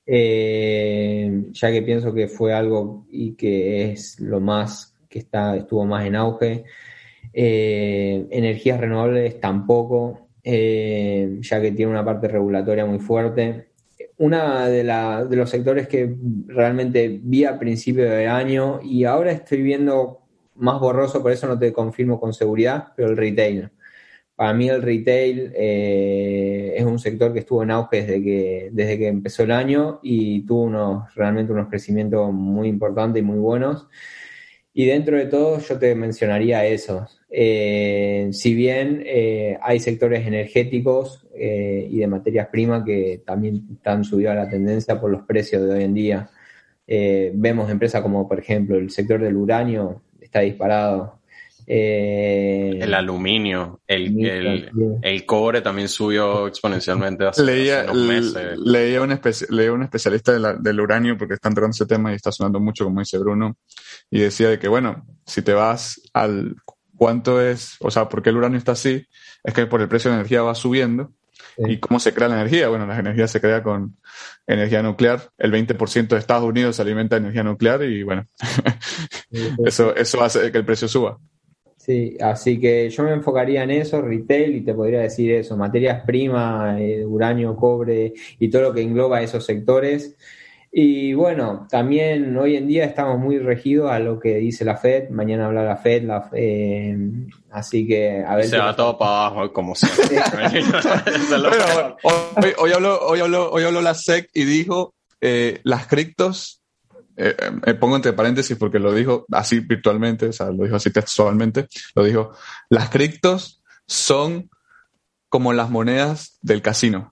ya que pienso que fue algo y que es lo más que estuvo más en auge. Energías renovables tampoco. Ya que tiene una parte regulatoria muy fuerte. Una de los sectores que realmente vi al principio del año y ahora estoy viendo más borroso, por eso no te confirmo con seguridad, pero el retail. Para mí el retail es un sector que estuvo en auge desde que empezó el año y tuvo realmente unos crecimientos muy importantes y muy buenos. Y dentro de todo yo te mencionaría esos. Si bien hay sectores energéticos y de materias primas que también están subidos a la tendencia por los precios de hoy en día. Vemos empresas como, por ejemplo, el sector del uranio está disparado. El aluminio, el cobre también subió exponencialmente hace unos meses. Leía un especialista del uranio, porque están tratando ese tema y está sonando mucho, como dice Bruno, y decía de que, bueno, si te vas al cuánto es, o sea, por qué el uranio está así, es que por el precio de la energía va subiendo. Sí. ¿Y cómo se crea la energía? Bueno, la energía se crea con energía nuclear. El 20% de Estados Unidos se alimenta de energía nuclear y, bueno, eso hace que el precio suba. Sí, así que yo me enfocaría en eso, retail, y te podría decir eso, materias primas, uranio, cobre y todo lo que engloba esos sectores. Y bueno, también hoy en día estamos muy regidos a lo que dice la Fed. Mañana habla la Fed, así que a ver. Se va todo para abajo, como siempre. Bueno, hoy habló la SEC y dijo las criptos. Pongo entre paréntesis porque lo dijo así virtualmente, o sea, lo dijo así textualmente, lo dijo, las criptos son como las monedas del casino.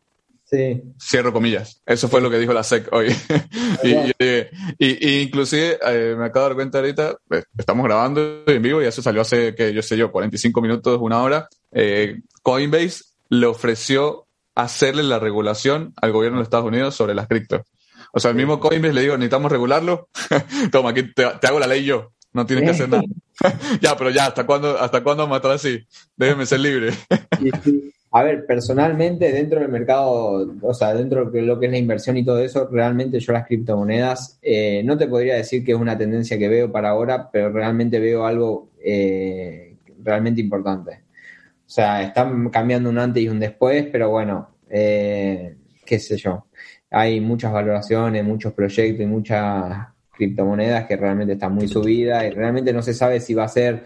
Sí. Cierro comillas. Eso fue lo que dijo la SEC hoy. y inclusive me acabo de dar cuenta ahorita, estamos grabando en vivo y eso salió hace, 45 minutos, una hora. Coinbase le ofreció hacerle la regulación al gobierno de los Estados Unidos sobre las criptos. O sea, el mismo Coinbase le digo, necesitamos regularlo. Toma, aquí te hago la ley yo. No tienes que hacer nada. Ya, pero ya, ¿hasta cuándo vamos a estar así? Déjeme ser libre. Sí. A ver, personalmente, dentro del mercado, o sea, dentro de lo que es la inversión y todo eso, realmente yo las criptomonedas, no te podría decir que es una tendencia que veo para ahora, pero realmente veo algo realmente importante. O sea, están cambiando un antes y un después, pero bueno, qué sé yo. Hay muchas valoraciones, muchos proyectos y muchas criptomonedas que realmente están muy subidas y realmente no se sabe si va a ser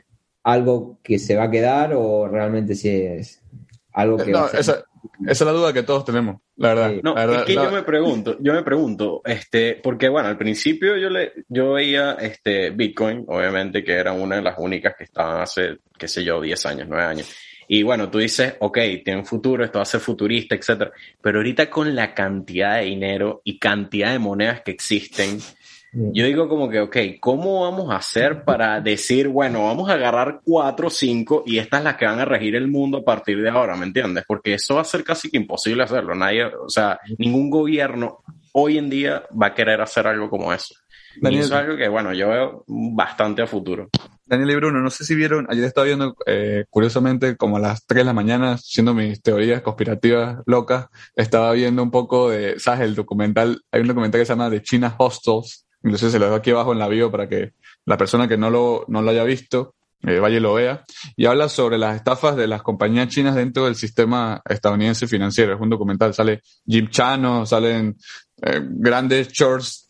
algo que se va a quedar o realmente si es algo que va a ser... Esa es la duda que todos tenemos, la verdad. No, la verdad, es que yo me pregunto, porque bueno, al principio yo veía Bitcoin, obviamente, que era una de las únicas que estaban hace, qué sé yo, 10 años, 9 años. Y bueno, tú dices, ok, tiene un futuro, esto va a ser futurista, etcétera. Pero ahorita con la cantidad de dinero y cantidad de monedas que existen, yo digo como que, ok, ¿cómo vamos a hacer para decir, bueno, vamos a agarrar 4 o 5 y estas las que van a regir el mundo a partir de ahora, ¿me entiendes? Porque eso va a ser casi que imposible hacerlo. Nadie, o sea, ningún gobierno hoy en día va a querer hacer algo como eso. Daniel, y eso es algo que, bueno, yo veo bastante a futuro. Daniel y Bruno, no sé si vieron, ayer estaba viendo, curiosamente, como a las 3 de la mañana, haciendo mis teorías conspirativas locas, estaba viendo un poco de, ¿sabes? El documental, hay un documental que se llama The China Hostels, incluso se lo dejo aquí abajo en la bio para que la persona que no lo haya visto, vaya y lo vea, y habla sobre las estafas de las compañías chinas dentro del sistema estadounidense financiero. Es un documental, sale Jim Chano, salen grandes shorts,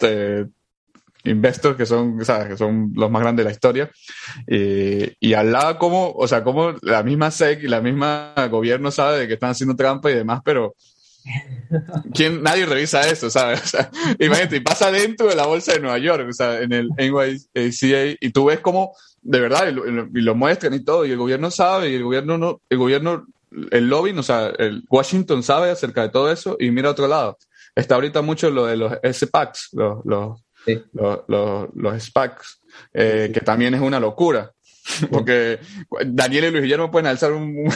investors que son, ¿sabes? Que son los más grandes de la historia, y hablaba como la misma SEC y la misma gobierno sabe de que están haciendo trampa y demás, pero nadie revisa eso, ¿sabes? O sea, imagínate, y pasa dentro de la bolsa de Nueva York, o sea, en el NYCA, y tú ves como, de verdad, y lo muestran y todo, y el gobierno sabe, y el gobierno, el lobbying, o sea, el Washington sabe acerca de todo eso, y mira a otro lado. Está ahorita mucho lo de los SPACs, los SPACs, que también es una locura. Porque Daniel y Luis Guillermo pueden alzar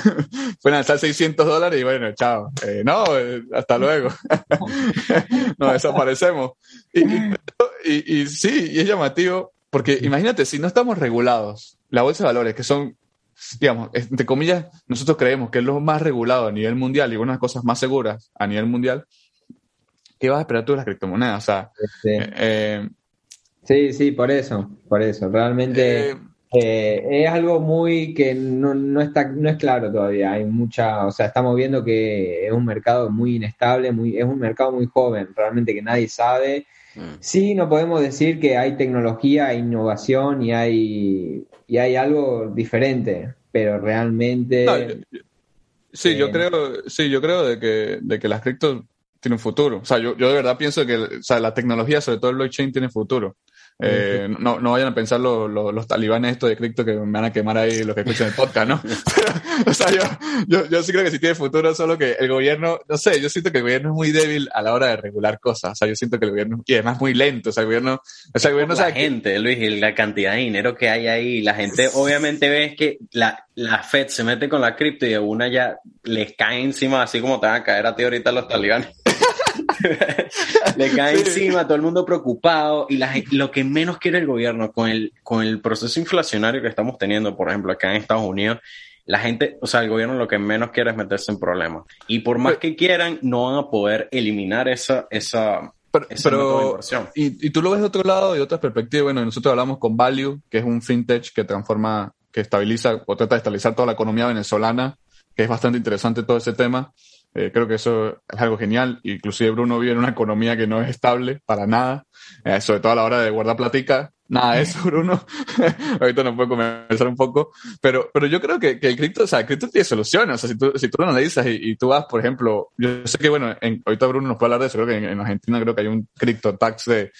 $600 y bueno, chao. Hasta luego. Nos desaparecemos. Y sí, y es llamativo, porque imagínate, si no estamos regulados, la bolsa de valores, que son, digamos, entre comillas, nosotros creemos que es lo más regulado a nivel mundial y una de las cosas más seguras a nivel mundial, ¿qué vas a esperar tú de las criptomonedas? O sea, sí, por eso. Realmente es algo muy que no es claro todavía. Hay mucha, o sea, estamos viendo que es un mercado muy inestable, es un mercado muy joven, realmente que nadie sabe. Sí, no podemos decir que hay tecnología, hay innovación y hay algo diferente, pero realmente... Yo creo de que las criptos tienen futuro. O sea, yo de verdad pienso que, o sea, la tecnología, sobre todo el blockchain, tiene futuro. No vayan a pensar los talibanes estos de cripto que me van a quemar ahí los que escuchan el podcast, ¿no? Pero, o sea, yo sí creo que sí tiene futuro, solo que el gobierno, no sé, yo siento que el gobierno es muy débil a la hora de regular cosas. O sea, yo siento que el gobierno, y además muy lento, o sea, el gobierno la gente, Luis, y la cantidad de dinero que hay ahí, la gente obviamente ve que la Fed se mete con la cripto y a una ya les cae encima, así como te van a caer a ti ahorita los talibanes. Le cae encima, todo el mundo preocupado, y lo que menos quiere el gobierno con el proceso inflacionario que estamos teniendo, por ejemplo, acá en Estados Unidos, la gente, o sea, el gobierno lo que menos quiere es meterse en problemas, y por más que quieran, no van a poder eliminar ese método de inversión. Y tú lo ves de otro lado, de otras perspectivas. Bueno, nosotros hablamos con Value, que es un fintech que estabiliza o trata de estabilizar toda la economía venezolana, que es bastante interesante todo ese tema. Creo que eso es algo genial. Inclusive Bruno vive en una economía que no es estable para nada, sobre todo a la hora de guardar platica. Nada de eso, Bruno. Ahorita nos puede conversar un poco. Pero yo creo que el cripto, o sea, el cripto tiene soluciones. O sea, si tú lo analizas y tú vas, por ejemplo, yo sé que, bueno, ahorita Bruno nos puede hablar de eso. Creo que en Argentina creo que hay un cripto tax de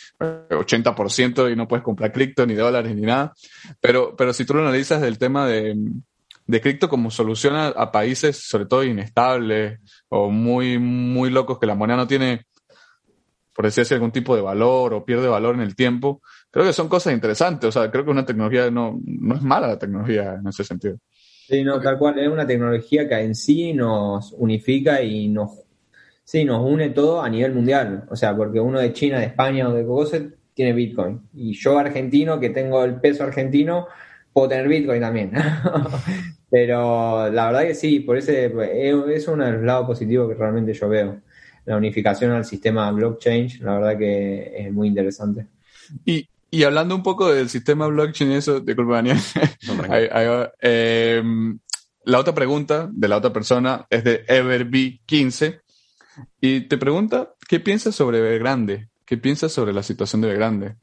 80% y no puedes comprar cripto, ni dólares, ni nada. Pero si tú lo analizas del tema de de cripto como solución a países, sobre todo inestables o muy, muy locos, que la moneda no tiene, por decir así, algún tipo de valor o pierde valor en el tiempo. Creo que son cosas interesantes. O sea, creo que una tecnología no es mala la tecnología en ese sentido. Sí, no, tal cual, es una tecnología que en sí nos unifica y nos une todo a nivel mundial. O sea, porque uno de China, de España o de cosas tiene Bitcoin. Y yo, argentino, que tengo el peso argentino, puedo tener Bitcoin también. Pero la verdad que sí, por ese es uno de los lados positivos que realmente yo veo. La unificación al sistema blockchain, la verdad que es muy interesante. Y hablando un poco del sistema blockchain y eso, disculpa, Daniel, la otra pregunta de la otra persona es de Everbee15 y te pregunta, ¿qué piensas sobre Evergrande? ¿Qué piensas sobre la situación de Evergrande?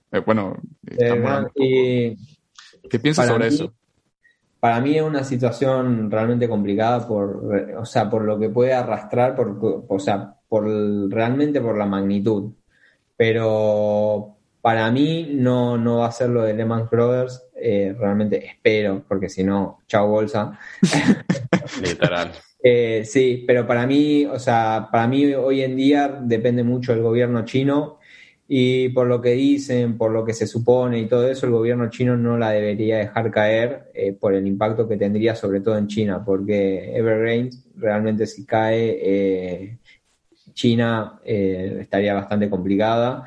¿Qué piensas sobre eso? Para mí es una situación realmente complicada por lo que puede arrastrar, realmente por la magnitud. Pero para mí no va a ser lo de Lehman Brothers, realmente espero, porque si no, chao bolsa. Literal. Sí, pero para mí hoy en día depende mucho del gobierno chino. Y por lo que dicen, por lo que se supone y todo eso, el gobierno chino no la debería dejar caer por el impacto que tendría, sobre todo en China, porque Evergrande realmente si cae, China estaría bastante complicada.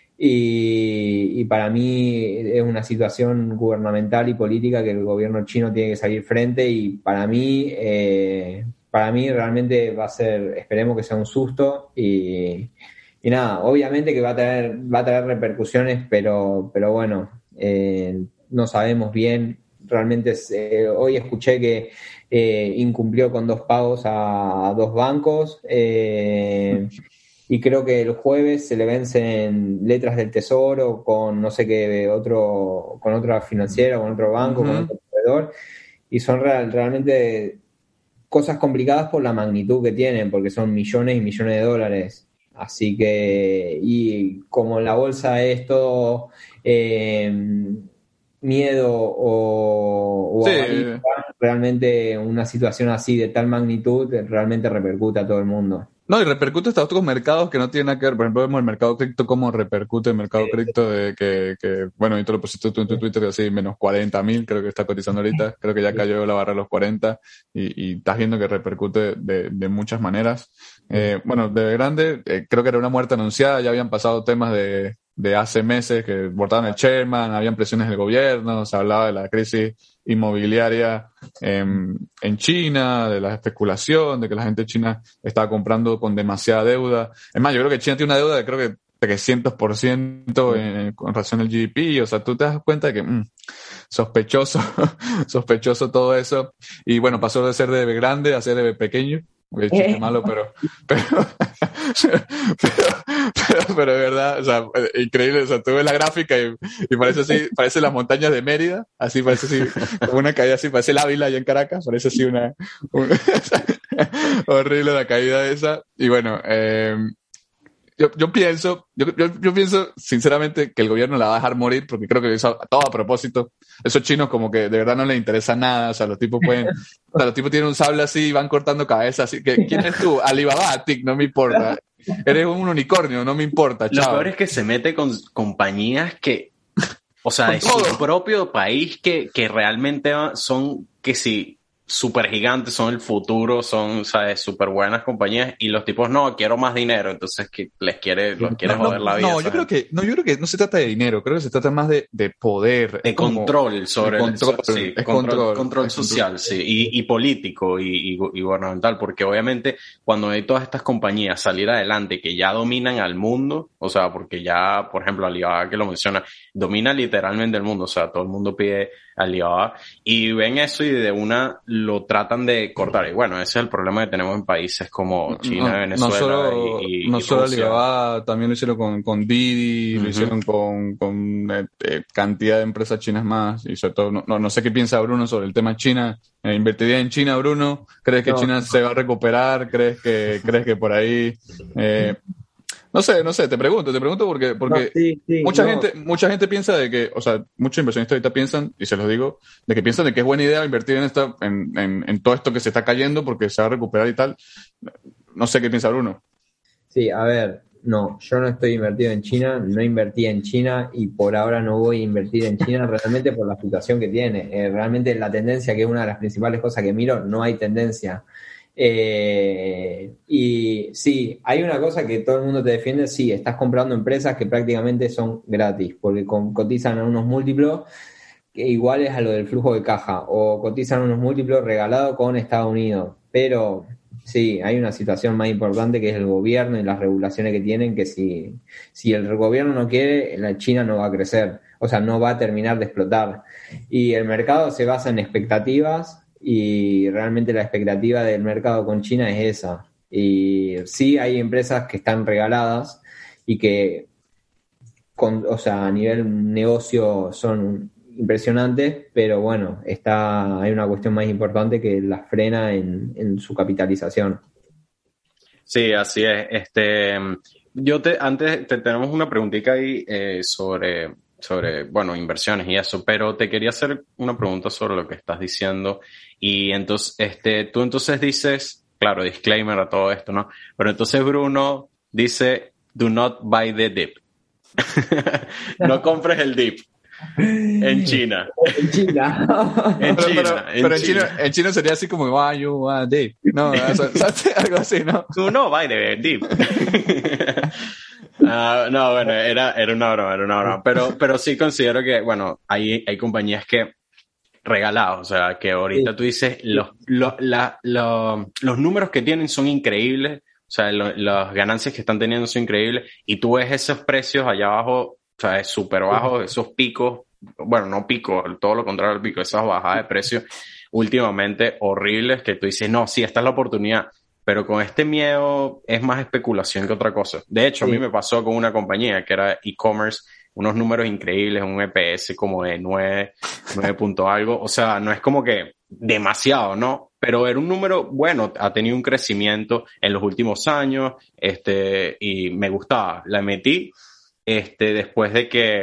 Y para mí es una situación gubernamental y política que el gobierno chino tiene que salir frente y para mí realmente va a ser, esperemos que sea un susto y nada, obviamente que va a traer repercusiones, pero bueno, no sabemos bien. Realmente hoy escuché que incumplió con 2 pagos a 2 bancos y creo que el jueves se le vencen letras del Tesoro con no sé qué con otra financiera, con otro banco, con otro proveedor y son realmente cosas complicadas por la magnitud que tienen, porque son millones y millones de dólares. Así que, y como en la bolsa es todo miedo o Sí. realmente una situación así de tal magnitud realmente repercute a todo el mundo. No, y repercute hasta otros mercados que no tienen nada que ver. Por ejemplo, vemos el mercado cripto, cómo repercute el mercado cripto de que bueno, y tú lo pusiste tú en tu Twitter, así, menos 40.000, creo que está cotizando ahorita. Creo que ya cayó la barra de los 40 y estás viendo que repercute de muchas maneras. Bueno, de grande, creo que era una muerte anunciada, ya habían pasado temas de hace meses que votaban el chairman, habían presiones del gobierno, se hablaba de la crisis inmobiliaria en China, de la especulación, de que la gente china estaba comprando con demasiada deuda. Es más, yo creo que China tiene una deuda de creo que 300% con relación al GDP, o sea, tú te das cuenta de que sospechoso todo eso. Y bueno, pasó de ser de grande a ser de pequeño. El chiste malo, pero de verdad, o sea, increíble, o sea, tú ves la gráfica y parece las montañas de Mérida, así parece así, como una caída así, parece el Ávila allá en Caracas, parece así horrible la caída esa, y bueno, yo pienso sinceramente que el gobierno la va a dejar morir porque creo que lo hizo todo a propósito. Esos chinos como que de verdad no les interesa nada, o sea, los tipos tienen un sable así y van cortando cabezas así. ¿Quién eres tú? Alibaba, tic, no me importa. Eres un unicornio, no me importa, chao. Lo peor es que se mete con compañías que, o sea, de su propio país que realmente son que sí, súper gigantes, son el futuro, son, ¿sabes?, súper buenas compañías y los tipos, no, quiero más dinero, entonces que los quiere joder la vida. No, yo creo que no se trata de dinero, creo que se trata más de poder. De control sobre control el social, sí, y político y gubernamental, porque obviamente cuando hay todas estas compañías salir adelante que ya dominan al mundo, o sea, porque ya, por ejemplo, Alibaba que lo menciona, domina literalmente el mundo, o sea, todo el mundo pide Alibaba y ven eso y de una lo tratan de cortar. Y bueno, ese es el problema que tenemos en países como China, Venezuela y no solo Rusia. Alibaba, también lo hicieron con Didi, lo hicieron con cantidad de empresas chinas más y sobre todo no sé qué piensa Bruno sobre el tema China. ¿Invertiría en China, Bruno? ¿Crees que China se va a recuperar? ¿Crees que por ahí No sé, te pregunto porque No, sí, mucha gente piensa de que, o sea, muchos inversionistas ahorita piensan, y se los digo, de que piensan de que es buena idea invertir en todo esto que se está cayendo porque se va a recuperar y tal. No sé qué piensa Bruno. Sí, a ver, no, yo no estoy invertido en China, no invertí en China y por ahora no voy a invertir en China realmente por la situación que tiene. Realmente la tendencia, que es una de las principales cosas que miro, no hay tendencia. Y sí, hay una cosa que todo el mundo te defiende, sí, estás comprando empresas que prácticamente son gratis, porque cotizan a unos múltiplos que iguales a lo del flujo de caja, o cotizan unos múltiplos regalados con Estados Unidos, pero sí, hay una situación más importante que es el gobierno y las regulaciones que tienen, que si el gobierno no quiere, la China no va a crecer, o sea, no va a terminar de explotar. Y el mercado se basa en expectativas y realmente la expectativa del mercado con China es esa. Y sí hay empresas que están regaladas y que, o sea, a nivel negocio son impresionantes, pero bueno, hay una cuestión más importante que las frena en su capitalización. Sí, así es. Tenemos una preguntita ahí sobre, bueno, inversiones y eso, pero te quería hacer una pregunta sobre lo que estás diciendo. Y entonces, tú entonces dices, claro, disclaimer a todo esto, ¿no? Pero entonces Bruno dice, do not buy the dip. No compres el dip. En China. En China. En China sería así como, why you want deep. No, algo así, ¿no? Tú no buy the dip. No, bueno, era una broma. Pero sí considero que, bueno, hay compañías que regalados, o sea, que ahorita tú dices, los números que tienen son increíbles, o sea, las ganancias que están teniendo son increíbles, y tú ves esos precios allá abajo, o sea, es súper bajos, esos picos, bueno, no picos, todo lo contrario al pico, esas bajadas de precios últimamente horribles, que tú dices, no, sí, esta es la oportunidad, pero con este miedo es más especulación que otra cosa. De hecho, a mí me pasó con una compañía que era e-commerce, unos números increíbles, un EPS como de 9 punto algo, o sea, no es como que demasiado, ¿no? Pero era un número bueno, ha tenido un crecimiento en los últimos años, y me gustaba. La metí, después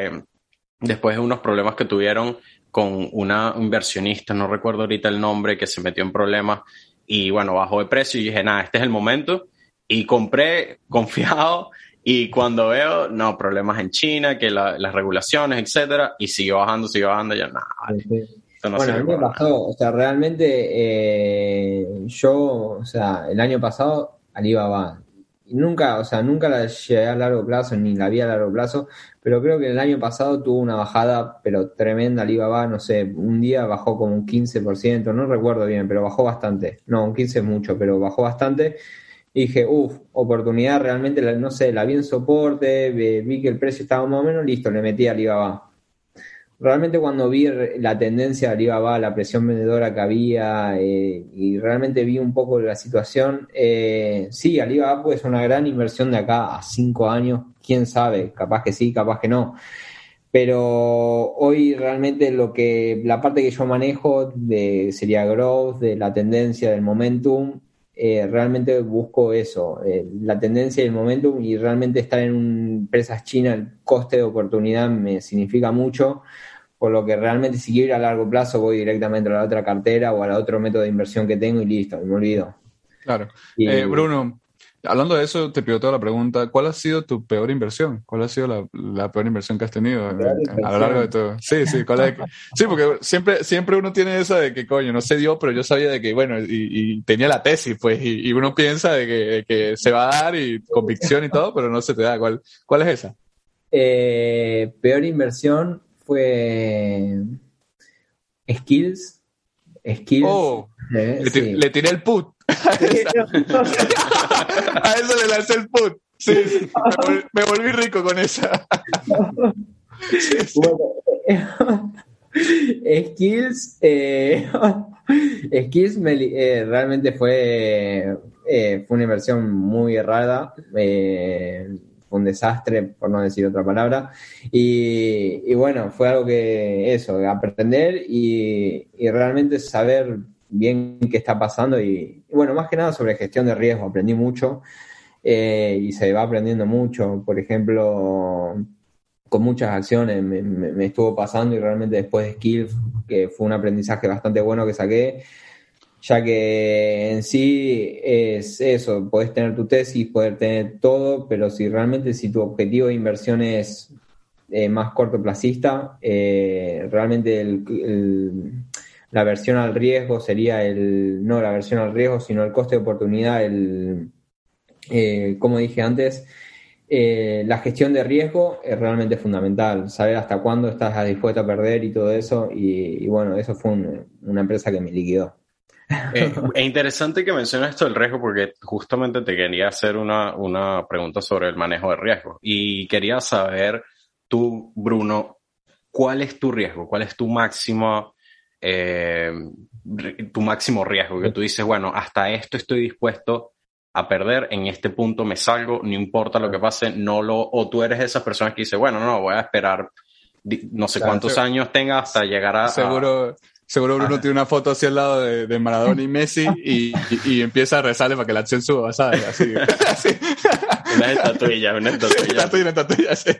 de unos problemas que tuvieron con una inversionista, no recuerdo ahorita el nombre, que se metió en problemas y bueno, bajó de precio y dije, nada, este es el momento, y compré confiado. Y cuando veo, no, problemas en China, que las regulaciones, etcétera, y siguió bajando, ya nada, vale. No, bueno, a mí me pasó, o sea, realmente yo, o sea, el año pasado Alibaba, nunca la llegué a largo plazo, ni la vi a largo plazo, pero creo que el año pasado tuvo una bajada, pero tremenda Alibaba, no sé, un día bajó como un 15%, no recuerdo bien, pero bajó bastante, no, un 15 es mucho, pero bajó bastante. Y dije, oportunidad, realmente, no sé, la vi en soporte, vi que el precio estaba más o menos, listo, le metí a Alibaba. Realmente cuando vi la tendencia de Alibaba, la presión vendedora que había, y realmente vi un poco la situación, sí, Alibaba puede ser una gran inversión de acá a 5 años, quién sabe, capaz que sí, capaz que no. Pero hoy realmente la parte que yo manejo sería growth, de la tendencia, del momentum. Realmente busco eso, la tendencia y el momentum, y realmente estar en empresas chinas, el coste de oportunidad me significa mucho, por lo que realmente si quiero ir a largo plazo voy directamente a la otra cartera o al otro método de inversión que tengo y listo, me olvido. Claro. Bruno, hablando de eso, te pido toda la pregunta, ¿cuál ha sido tu peor inversión? ¿Cuál ha sido la peor inversión que has tenido a lo largo de todo? Sí, ¿cuál es? Sí, porque siempre uno tiene esa de que, coño, no se dio, pero yo sabía de que, bueno, y tenía la tesis, pues, y uno piensa de que se va a dar y convicción y todo, pero no se te da. ¿Cuál es esa? Peor inversión fue Skills. Oh, sí. le tiré el put. A eso le lancé el put. Sí, me volví rico con esa. Sí. Bueno, Skills realmente fue una inversión muy errada, fue un desastre, por no decir otra palabra, y bueno, fue algo aprender y realmente saber bien qué está pasando, y bueno, más que nada sobre gestión de riesgo, aprendí mucho. y se va aprendiendo mucho. Por ejemplo, con muchas acciones me estuvo pasando, y realmente después de Skill, que fue un aprendizaje bastante bueno que saqué, ya que en sí es eso, podés tener tu tesis, poder tener todo, pero si tu objetivo de inversión es más cortoplacista, realmente la versión al riesgo sería no la versión al riesgo, sino el coste de oportunidad, como dije antes, la gestión de riesgo es realmente fundamental, saber hasta cuándo estás dispuesto a perder y todo eso, y bueno, eso fue una empresa que me liquidó. Es interesante que menciones esto del riesgo, porque justamente te quería hacer una pregunta sobre el manejo de riesgo. Y quería saber, tú, Bruno, ¿cuál es tu riesgo? ¿Cuál es tu máximo riesgo? Que tú dices, bueno, hasta esto estoy dispuesto a perder, en este punto me salgo, no importa lo que pase, o tú eres de esas personas que dice, bueno, no, voy a esperar no sé cuántos años tenga hasta llegar a... Seguro Bruno tiene una foto así al lado de Maradona y Messi y empieza a rezarle para que la acción suba, ¿sabes? Así. Una estatuilla. Una estatuilla, sí.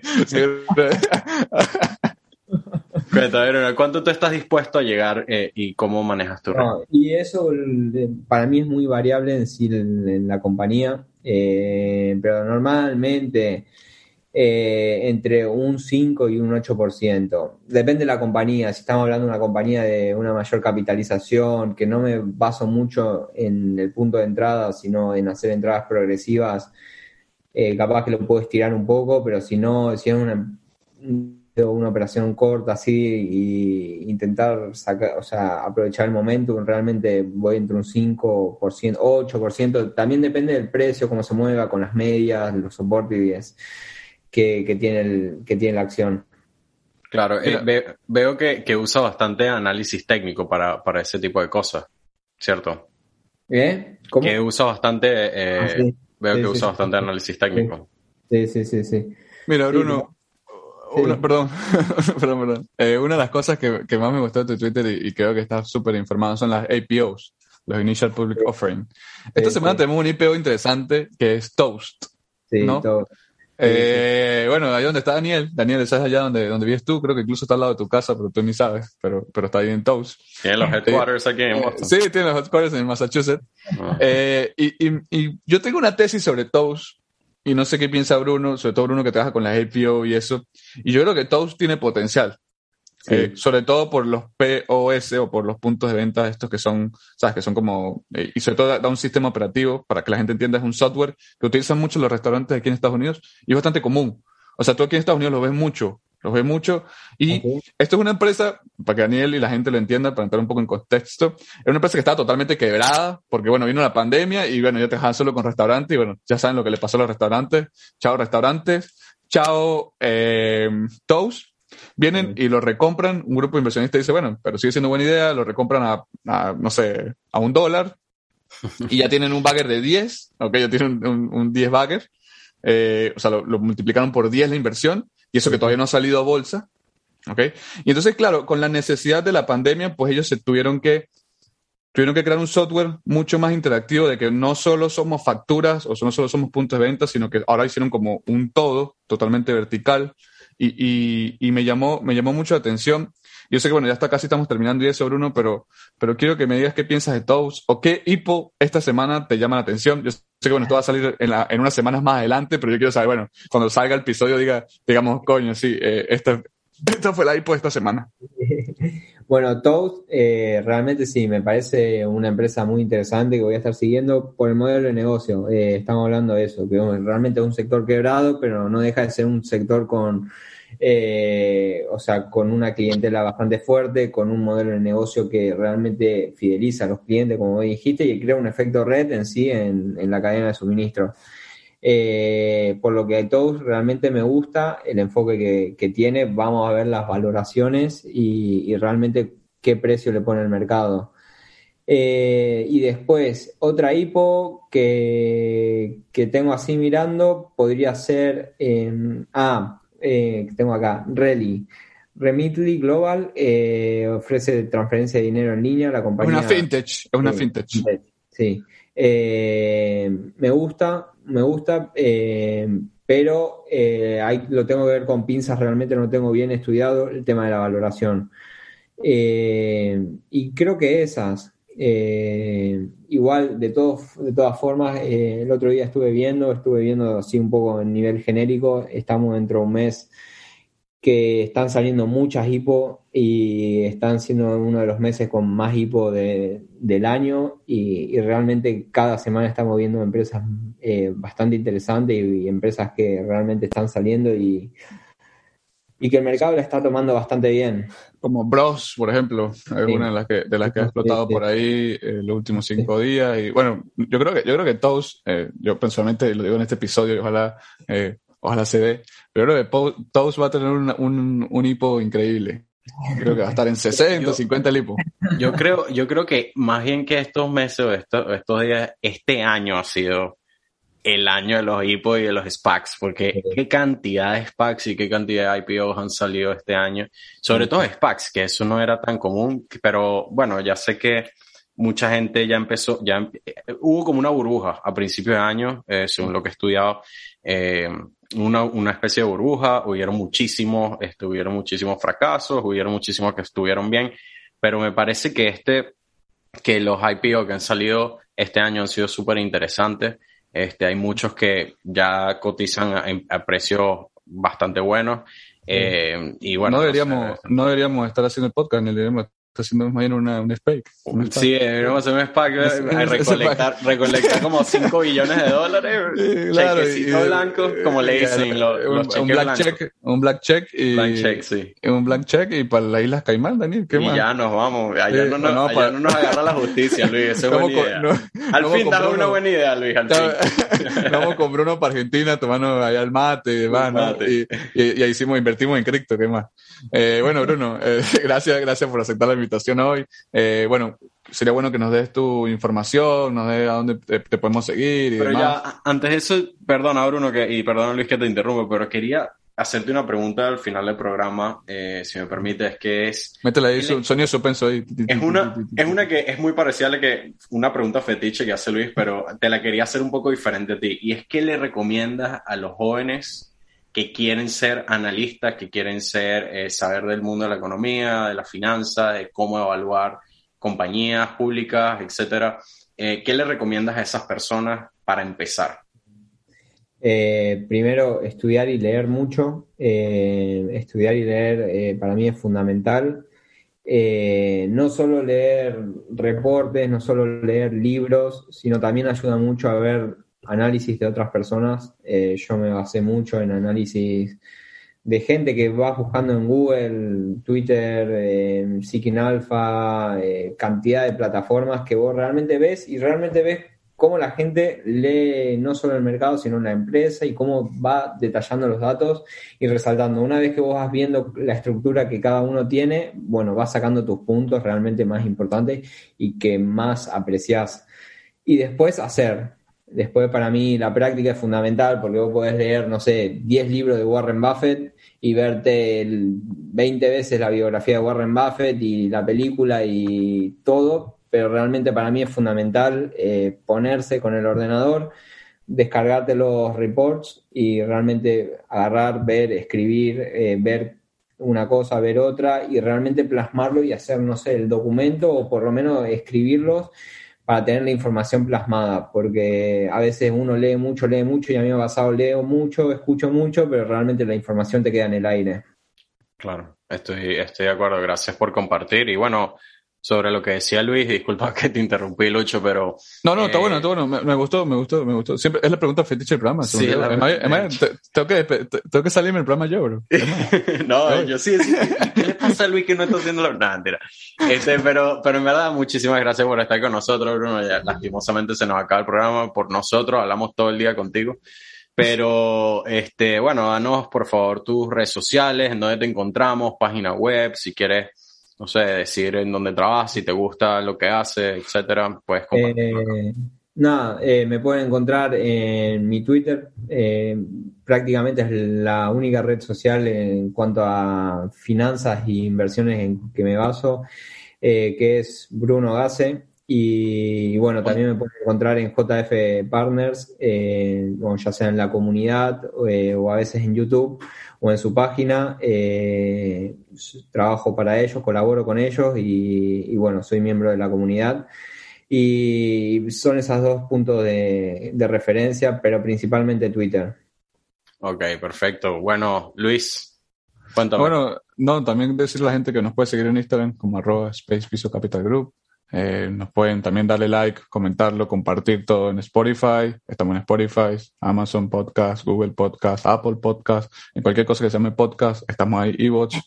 Cuéntame, ¿cuánto tú estás dispuesto a llegar y cómo manejas tu riesgo? Y eso para mí es muy variable en sí en la compañía, pero normalmente entre un 5 y un 8%. Depende de la compañía. Si estamos hablando de una compañía de una mayor capitalización, que no me baso mucho en el punto de entrada, sino en hacer entradas progresivas, capaz que lo puedo estirar un poco, pero si es una operación corta así y intentar sacar, o sea, aprovechar el momento, realmente voy entre un 5%, 8%, también depende del precio, cómo se mueva con las medias, los soportes que tiene la acción. Claro, veo que usa bastante análisis técnico para ese tipo de cosas, ¿cierto? ¿Cómo? Que usa bastante, Sí. veo Sí, que sí, usa sí, bastante análisis técnico. Sí. Mira, Bruno, Sí. perdón. Una de las cosas que más me gustó de tu Twitter y creo que estás súper informado son las APOs, los Initial Public Offering. Esta semana tenemos un IPO interesante que es Toast, ¿no? Todo. Bueno, ahí donde está Daniel, ¿sabes? Allá donde vives tú, creo que incluso está al lado de tu casa, pero tú ni sabes, pero está ahí en Toast. Tiene los headquarters aquí en Boston. Sí, tiene los headquarters en Massachusetts. Y yo tengo una tesis sobre Toast, y no sé qué piensa Bruno, sobre todo Bruno que trabaja con las APO y eso, y yo creo que Toast tiene potencial. Sí. Sobre todo por los POS o por los puntos de venta estos que son, sabes, que son como, y sobre todo da un sistema operativo, para que la gente entienda, es un software que utilizan mucho los restaurantes aquí en Estados Unidos y es bastante común. O sea, tú aquí en Estados Unidos los ves mucho y esto es una empresa, para que Daniel y la gente lo entiendan, para entrar un poco en contexto, es una empresa que estaba totalmente quebrada porque, bueno, vino la pandemia y, bueno, ya te dejaban solo con restaurantes y, bueno, ya saben lo que le pasó a los restaurantes. Chao restaurantes, chao Toast. Vienen y lo recompran, un grupo de inversionistas dice, bueno, pero sigue siendo buena idea, lo recompran no sé, a $1 y ya tienen un bagger de 10, ok, ya tienen un 10 bagger, o sea, lo multiplicaron por 10 la inversión y eso que todavía no ha salido a bolsa, ok, y entonces, claro, con la necesidad de la pandemia, pues ellos tuvieron que crear un software mucho más interactivo de que no solo somos facturas o no solo somos puntos de venta, sino que ahora hicieron como un todo totalmente vertical. Y me llamó mucho la atención. Yo sé que, bueno, casi estamos terminando y eso, Bruno, pero quiero que me digas qué piensas de Toast o qué IPO esta semana te llama la atención. Yo sé que, bueno, esto va a salir en unas semanas más adelante, pero yo quiero saber, bueno, cuando salga el episodio digamos, coño, sí, esta fue la IPO esta semana. Bueno, Toast realmente sí, me parece una empresa muy interesante que voy a estar siguiendo por el modelo de negocio. Estamos hablando de eso, que realmente es un sector quebrado, pero no deja de ser un sector con una clientela bastante fuerte, con un modelo de negocio que realmente fideliza a los clientes, como dijiste, y crea un efecto red en sí en la cadena de suministro. Por lo que Toast realmente me gusta el enfoque que tiene. Vamos a ver las valoraciones y realmente qué precio le pone el mercado. Y después, otra IPO que tengo así mirando podría ser, tengo acá, Remitly Global, ofrece transferencia de dinero en línea a la compañía. Es una fintech. Sí. me gusta, pero lo tengo que ver con pinzas, realmente no tengo bien estudiado el tema de la valoración. Y creo que esas, igual de todas formas, el otro día estuve viendo así un poco en nivel genérico, estamos dentro de un mes que están saliendo muchas IPO y están siendo uno de los meses con más IPO del año y realmente cada semana estamos viendo empresas bastante interesantes y empresas que realmente están saliendo y que el mercado la está tomando bastante bien. Como Bros, por ejemplo, es una de las que ha explotado por ahí los últimos 5 días. Y bueno, yo creo que Toast, yo personalmente lo digo en este episodio y ojalá se dé, pero creo que Toast va a tener un hipo increíble. Creo que va a estar en 60, 50 el hipo. Yo creo que más bien que estos meses o estos días, este año ha sido el año de los IPO y de los SPACs, porque qué cantidad de SPACs y qué cantidad de IPOs han salido este año, sobre todo SPACs, que eso no era tan común, pero bueno, ya sé que mucha gente ya empezó, hubo como una burbuja a principios de año, según lo que he estudiado, una especie de burbuja, hubieron muchísimos fracasos, hubieron muchísimos que estuvieron bien, pero me parece que los IPO que han salido este año han sido súper interesantes. Hay muchos que ya cotizan a precios bastante buenos. Y bueno, no deberíamos estar haciendo el podcast, ni deberíamos estar haciendo más bien un SPAC. Sí, deberíamos hacer un SPAC, recolectar como $5 billones. Claro, chequecito blanco, como le dicen los cheques blancos. Un black check sí. Un black check y para las Islas Caimán, Daniel, ¿qué más? Y ya nos vamos, allá no nos agarra la justicia, Luis, eso es buena idea. Al fin das una buena idea, Luis, al fin. Vamos con Bruno para Argentina, tomando allá el mate y demás, ¿no? Y ahí invertimos en cripto, ¿qué más? Bueno, Bruno, gracias por aceptar la invitación hoy. Bueno, sería bueno que nos des tu información, nos des a dónde te podemos seguir y pero demás. Ya, antes de eso, perdona Bruno y perdona Luis que te interrumpo, pero quería hacerte una pregunta al final del programa, si me permites, que es... Métele ahí sonido suspenso ahí. Es una que es muy parecida a una pregunta fetiche que hace Luis, pero te la quería hacer un poco diferente a ti, y es ¿qué le recomiendas a los jóvenes que quieren ser analistas, que quieren saber del mundo de la economía, de las finanzas, de cómo evaluar compañías públicas, etcétera? ¿Qué le recomiendas a esas personas para empezar? Primero, estudiar y leer mucho. Estudiar y leer para mí es fundamental. No solo leer reportes, no solo leer libros, sino también ayuda mucho a ver análisis de otras personas. Yo me basé mucho en análisis de gente que vas buscando en Google, Twitter, Seeking Alpha, cantidad de plataformas que vos realmente ves cómo la gente lee no solo el mercado, sino la empresa y cómo va detallando los datos y resaltando. Una vez que vos vas viendo la estructura que cada uno tiene, bueno, vas sacando tus puntos realmente más importantes y que más apreciás. Y después hacer. Después para mí la práctica es fundamental porque vos podés leer, no sé, 10 libros de Warren Buffett y verte 20 veces la biografía de Warren Buffett y la película y todo, pero realmente para mí es fundamental ponerse con el ordenador, descargarte los reports y realmente agarrar, ver, escribir, ver una cosa, ver otra y realmente plasmarlo y hacer, no sé, el documento o por lo menos escribirlos para tener la información plasmada, porque a veces uno lee mucho y a mí me ha pasado, leo mucho, escucho mucho, pero realmente la información te queda en el aire. Claro, estoy de acuerdo, gracias por compartir. Y bueno, sobre lo que decía Luis, disculpa que te interrumpí, Lucho, pero... No, está bueno, me gustó. Siempre es la pregunta fetiche del programa. Sí, además, tengo que salirme del programa yo, bro. No, yo sí. ¿Qué le pasa a Luis que no está haciendo la... No, mentira. Pero en verdad, muchísimas gracias por estar con nosotros, Bruno. Ya, lastimosamente se nos acaba el programa por nosotros, hablamos todo el día contigo. Pero, bueno, danos por favor tus redes sociales, en dónde te encontramos, página web, si quieres... No sé, decir en dónde trabajas, si te gusta lo que haces, etcétera, puedes compartirlo. Me pueden encontrar en mi Twitter. Prácticamente es la única red social en cuanto a finanzas e inversiones en que me baso, que es Bruno Gase. Y bueno, también me pueden encontrar en JF Partners, bueno, ya sea en la comunidad o a veces en YouTube o en su página. Trabajo para ellos, colaboro con ellos y bueno, soy miembro de la comunidad. Y son esos dos puntos de referencia, pero principalmente Twitter. Ok, perfecto. Bueno, Luis, cuéntame. Bueno, no, también decirle a la gente que nos puede seguir en Instagram como @SpacePisoCapitalGroup. Nos pueden también darle like, comentarlo, compartir todo en Spotify. Estamos en Spotify, Amazon Podcast, Google Podcast, Apple Podcast, en cualquier cosa que se llame podcast, estamos ahí, iVoox,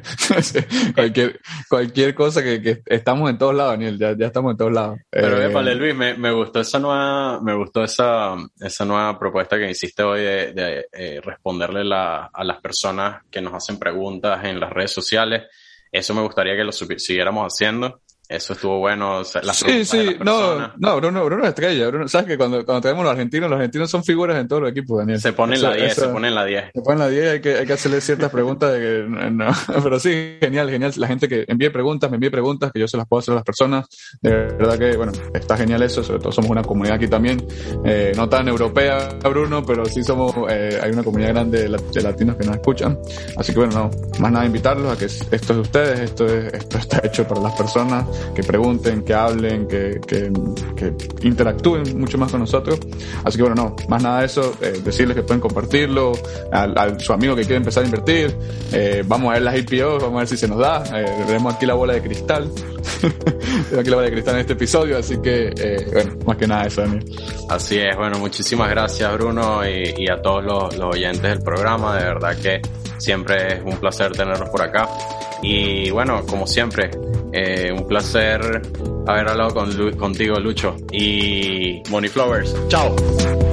cualquier cosa que estamos en todos lados, Daniel, ya estamos en todos lados. Pero épale, Luis, me gustó esa nueva propuesta que hiciste hoy de responderle a las personas que nos hacen preguntas en las redes sociales. Eso me gustaría que lo siguiéramos haciendo. Eso estuvo bueno. Sí, no, Bruno es estrella. Bruno, sabes que cuando tenemos los argentinos son figuras en todos los equipos, Daniel. Se ponen la 10, se ponen la 10. Se ponen la 10 y hay que hacerle ciertas preguntas de que, no. Pero sí, genial. La gente que me envíe preguntas, que yo se las puedo hacer a las personas. De verdad que, bueno, está genial eso. Sobre todo somos una comunidad aquí también, no tan europea, Bruno, pero sí somos, hay una comunidad grande de latinos que nos escuchan. Así que bueno, no, más nada invitarlos a que esto es de ustedes, esto está hecho para las personas, que pregunten, que hablen, que interactúen mucho más con nosotros. Así que bueno, no, más nada de eso, decirles que pueden compartirlo a su amigo que quiere empezar a invertir. Vamos a ver las IPO, vamos a ver si se nos da. Tenemos aquí la bola de cristal. Tengo aquí la bola de cristal en este episodio, así que bueno, más que nada eso, Daniel. Así es, bueno, muchísimas gracias, Bruno, y a todos los oyentes del programa. De verdad que siempre es un placer tenerlos por acá. Y bueno, como siempre, un placer haber hablado contigo, Lucho. Y Money Flowers, chao.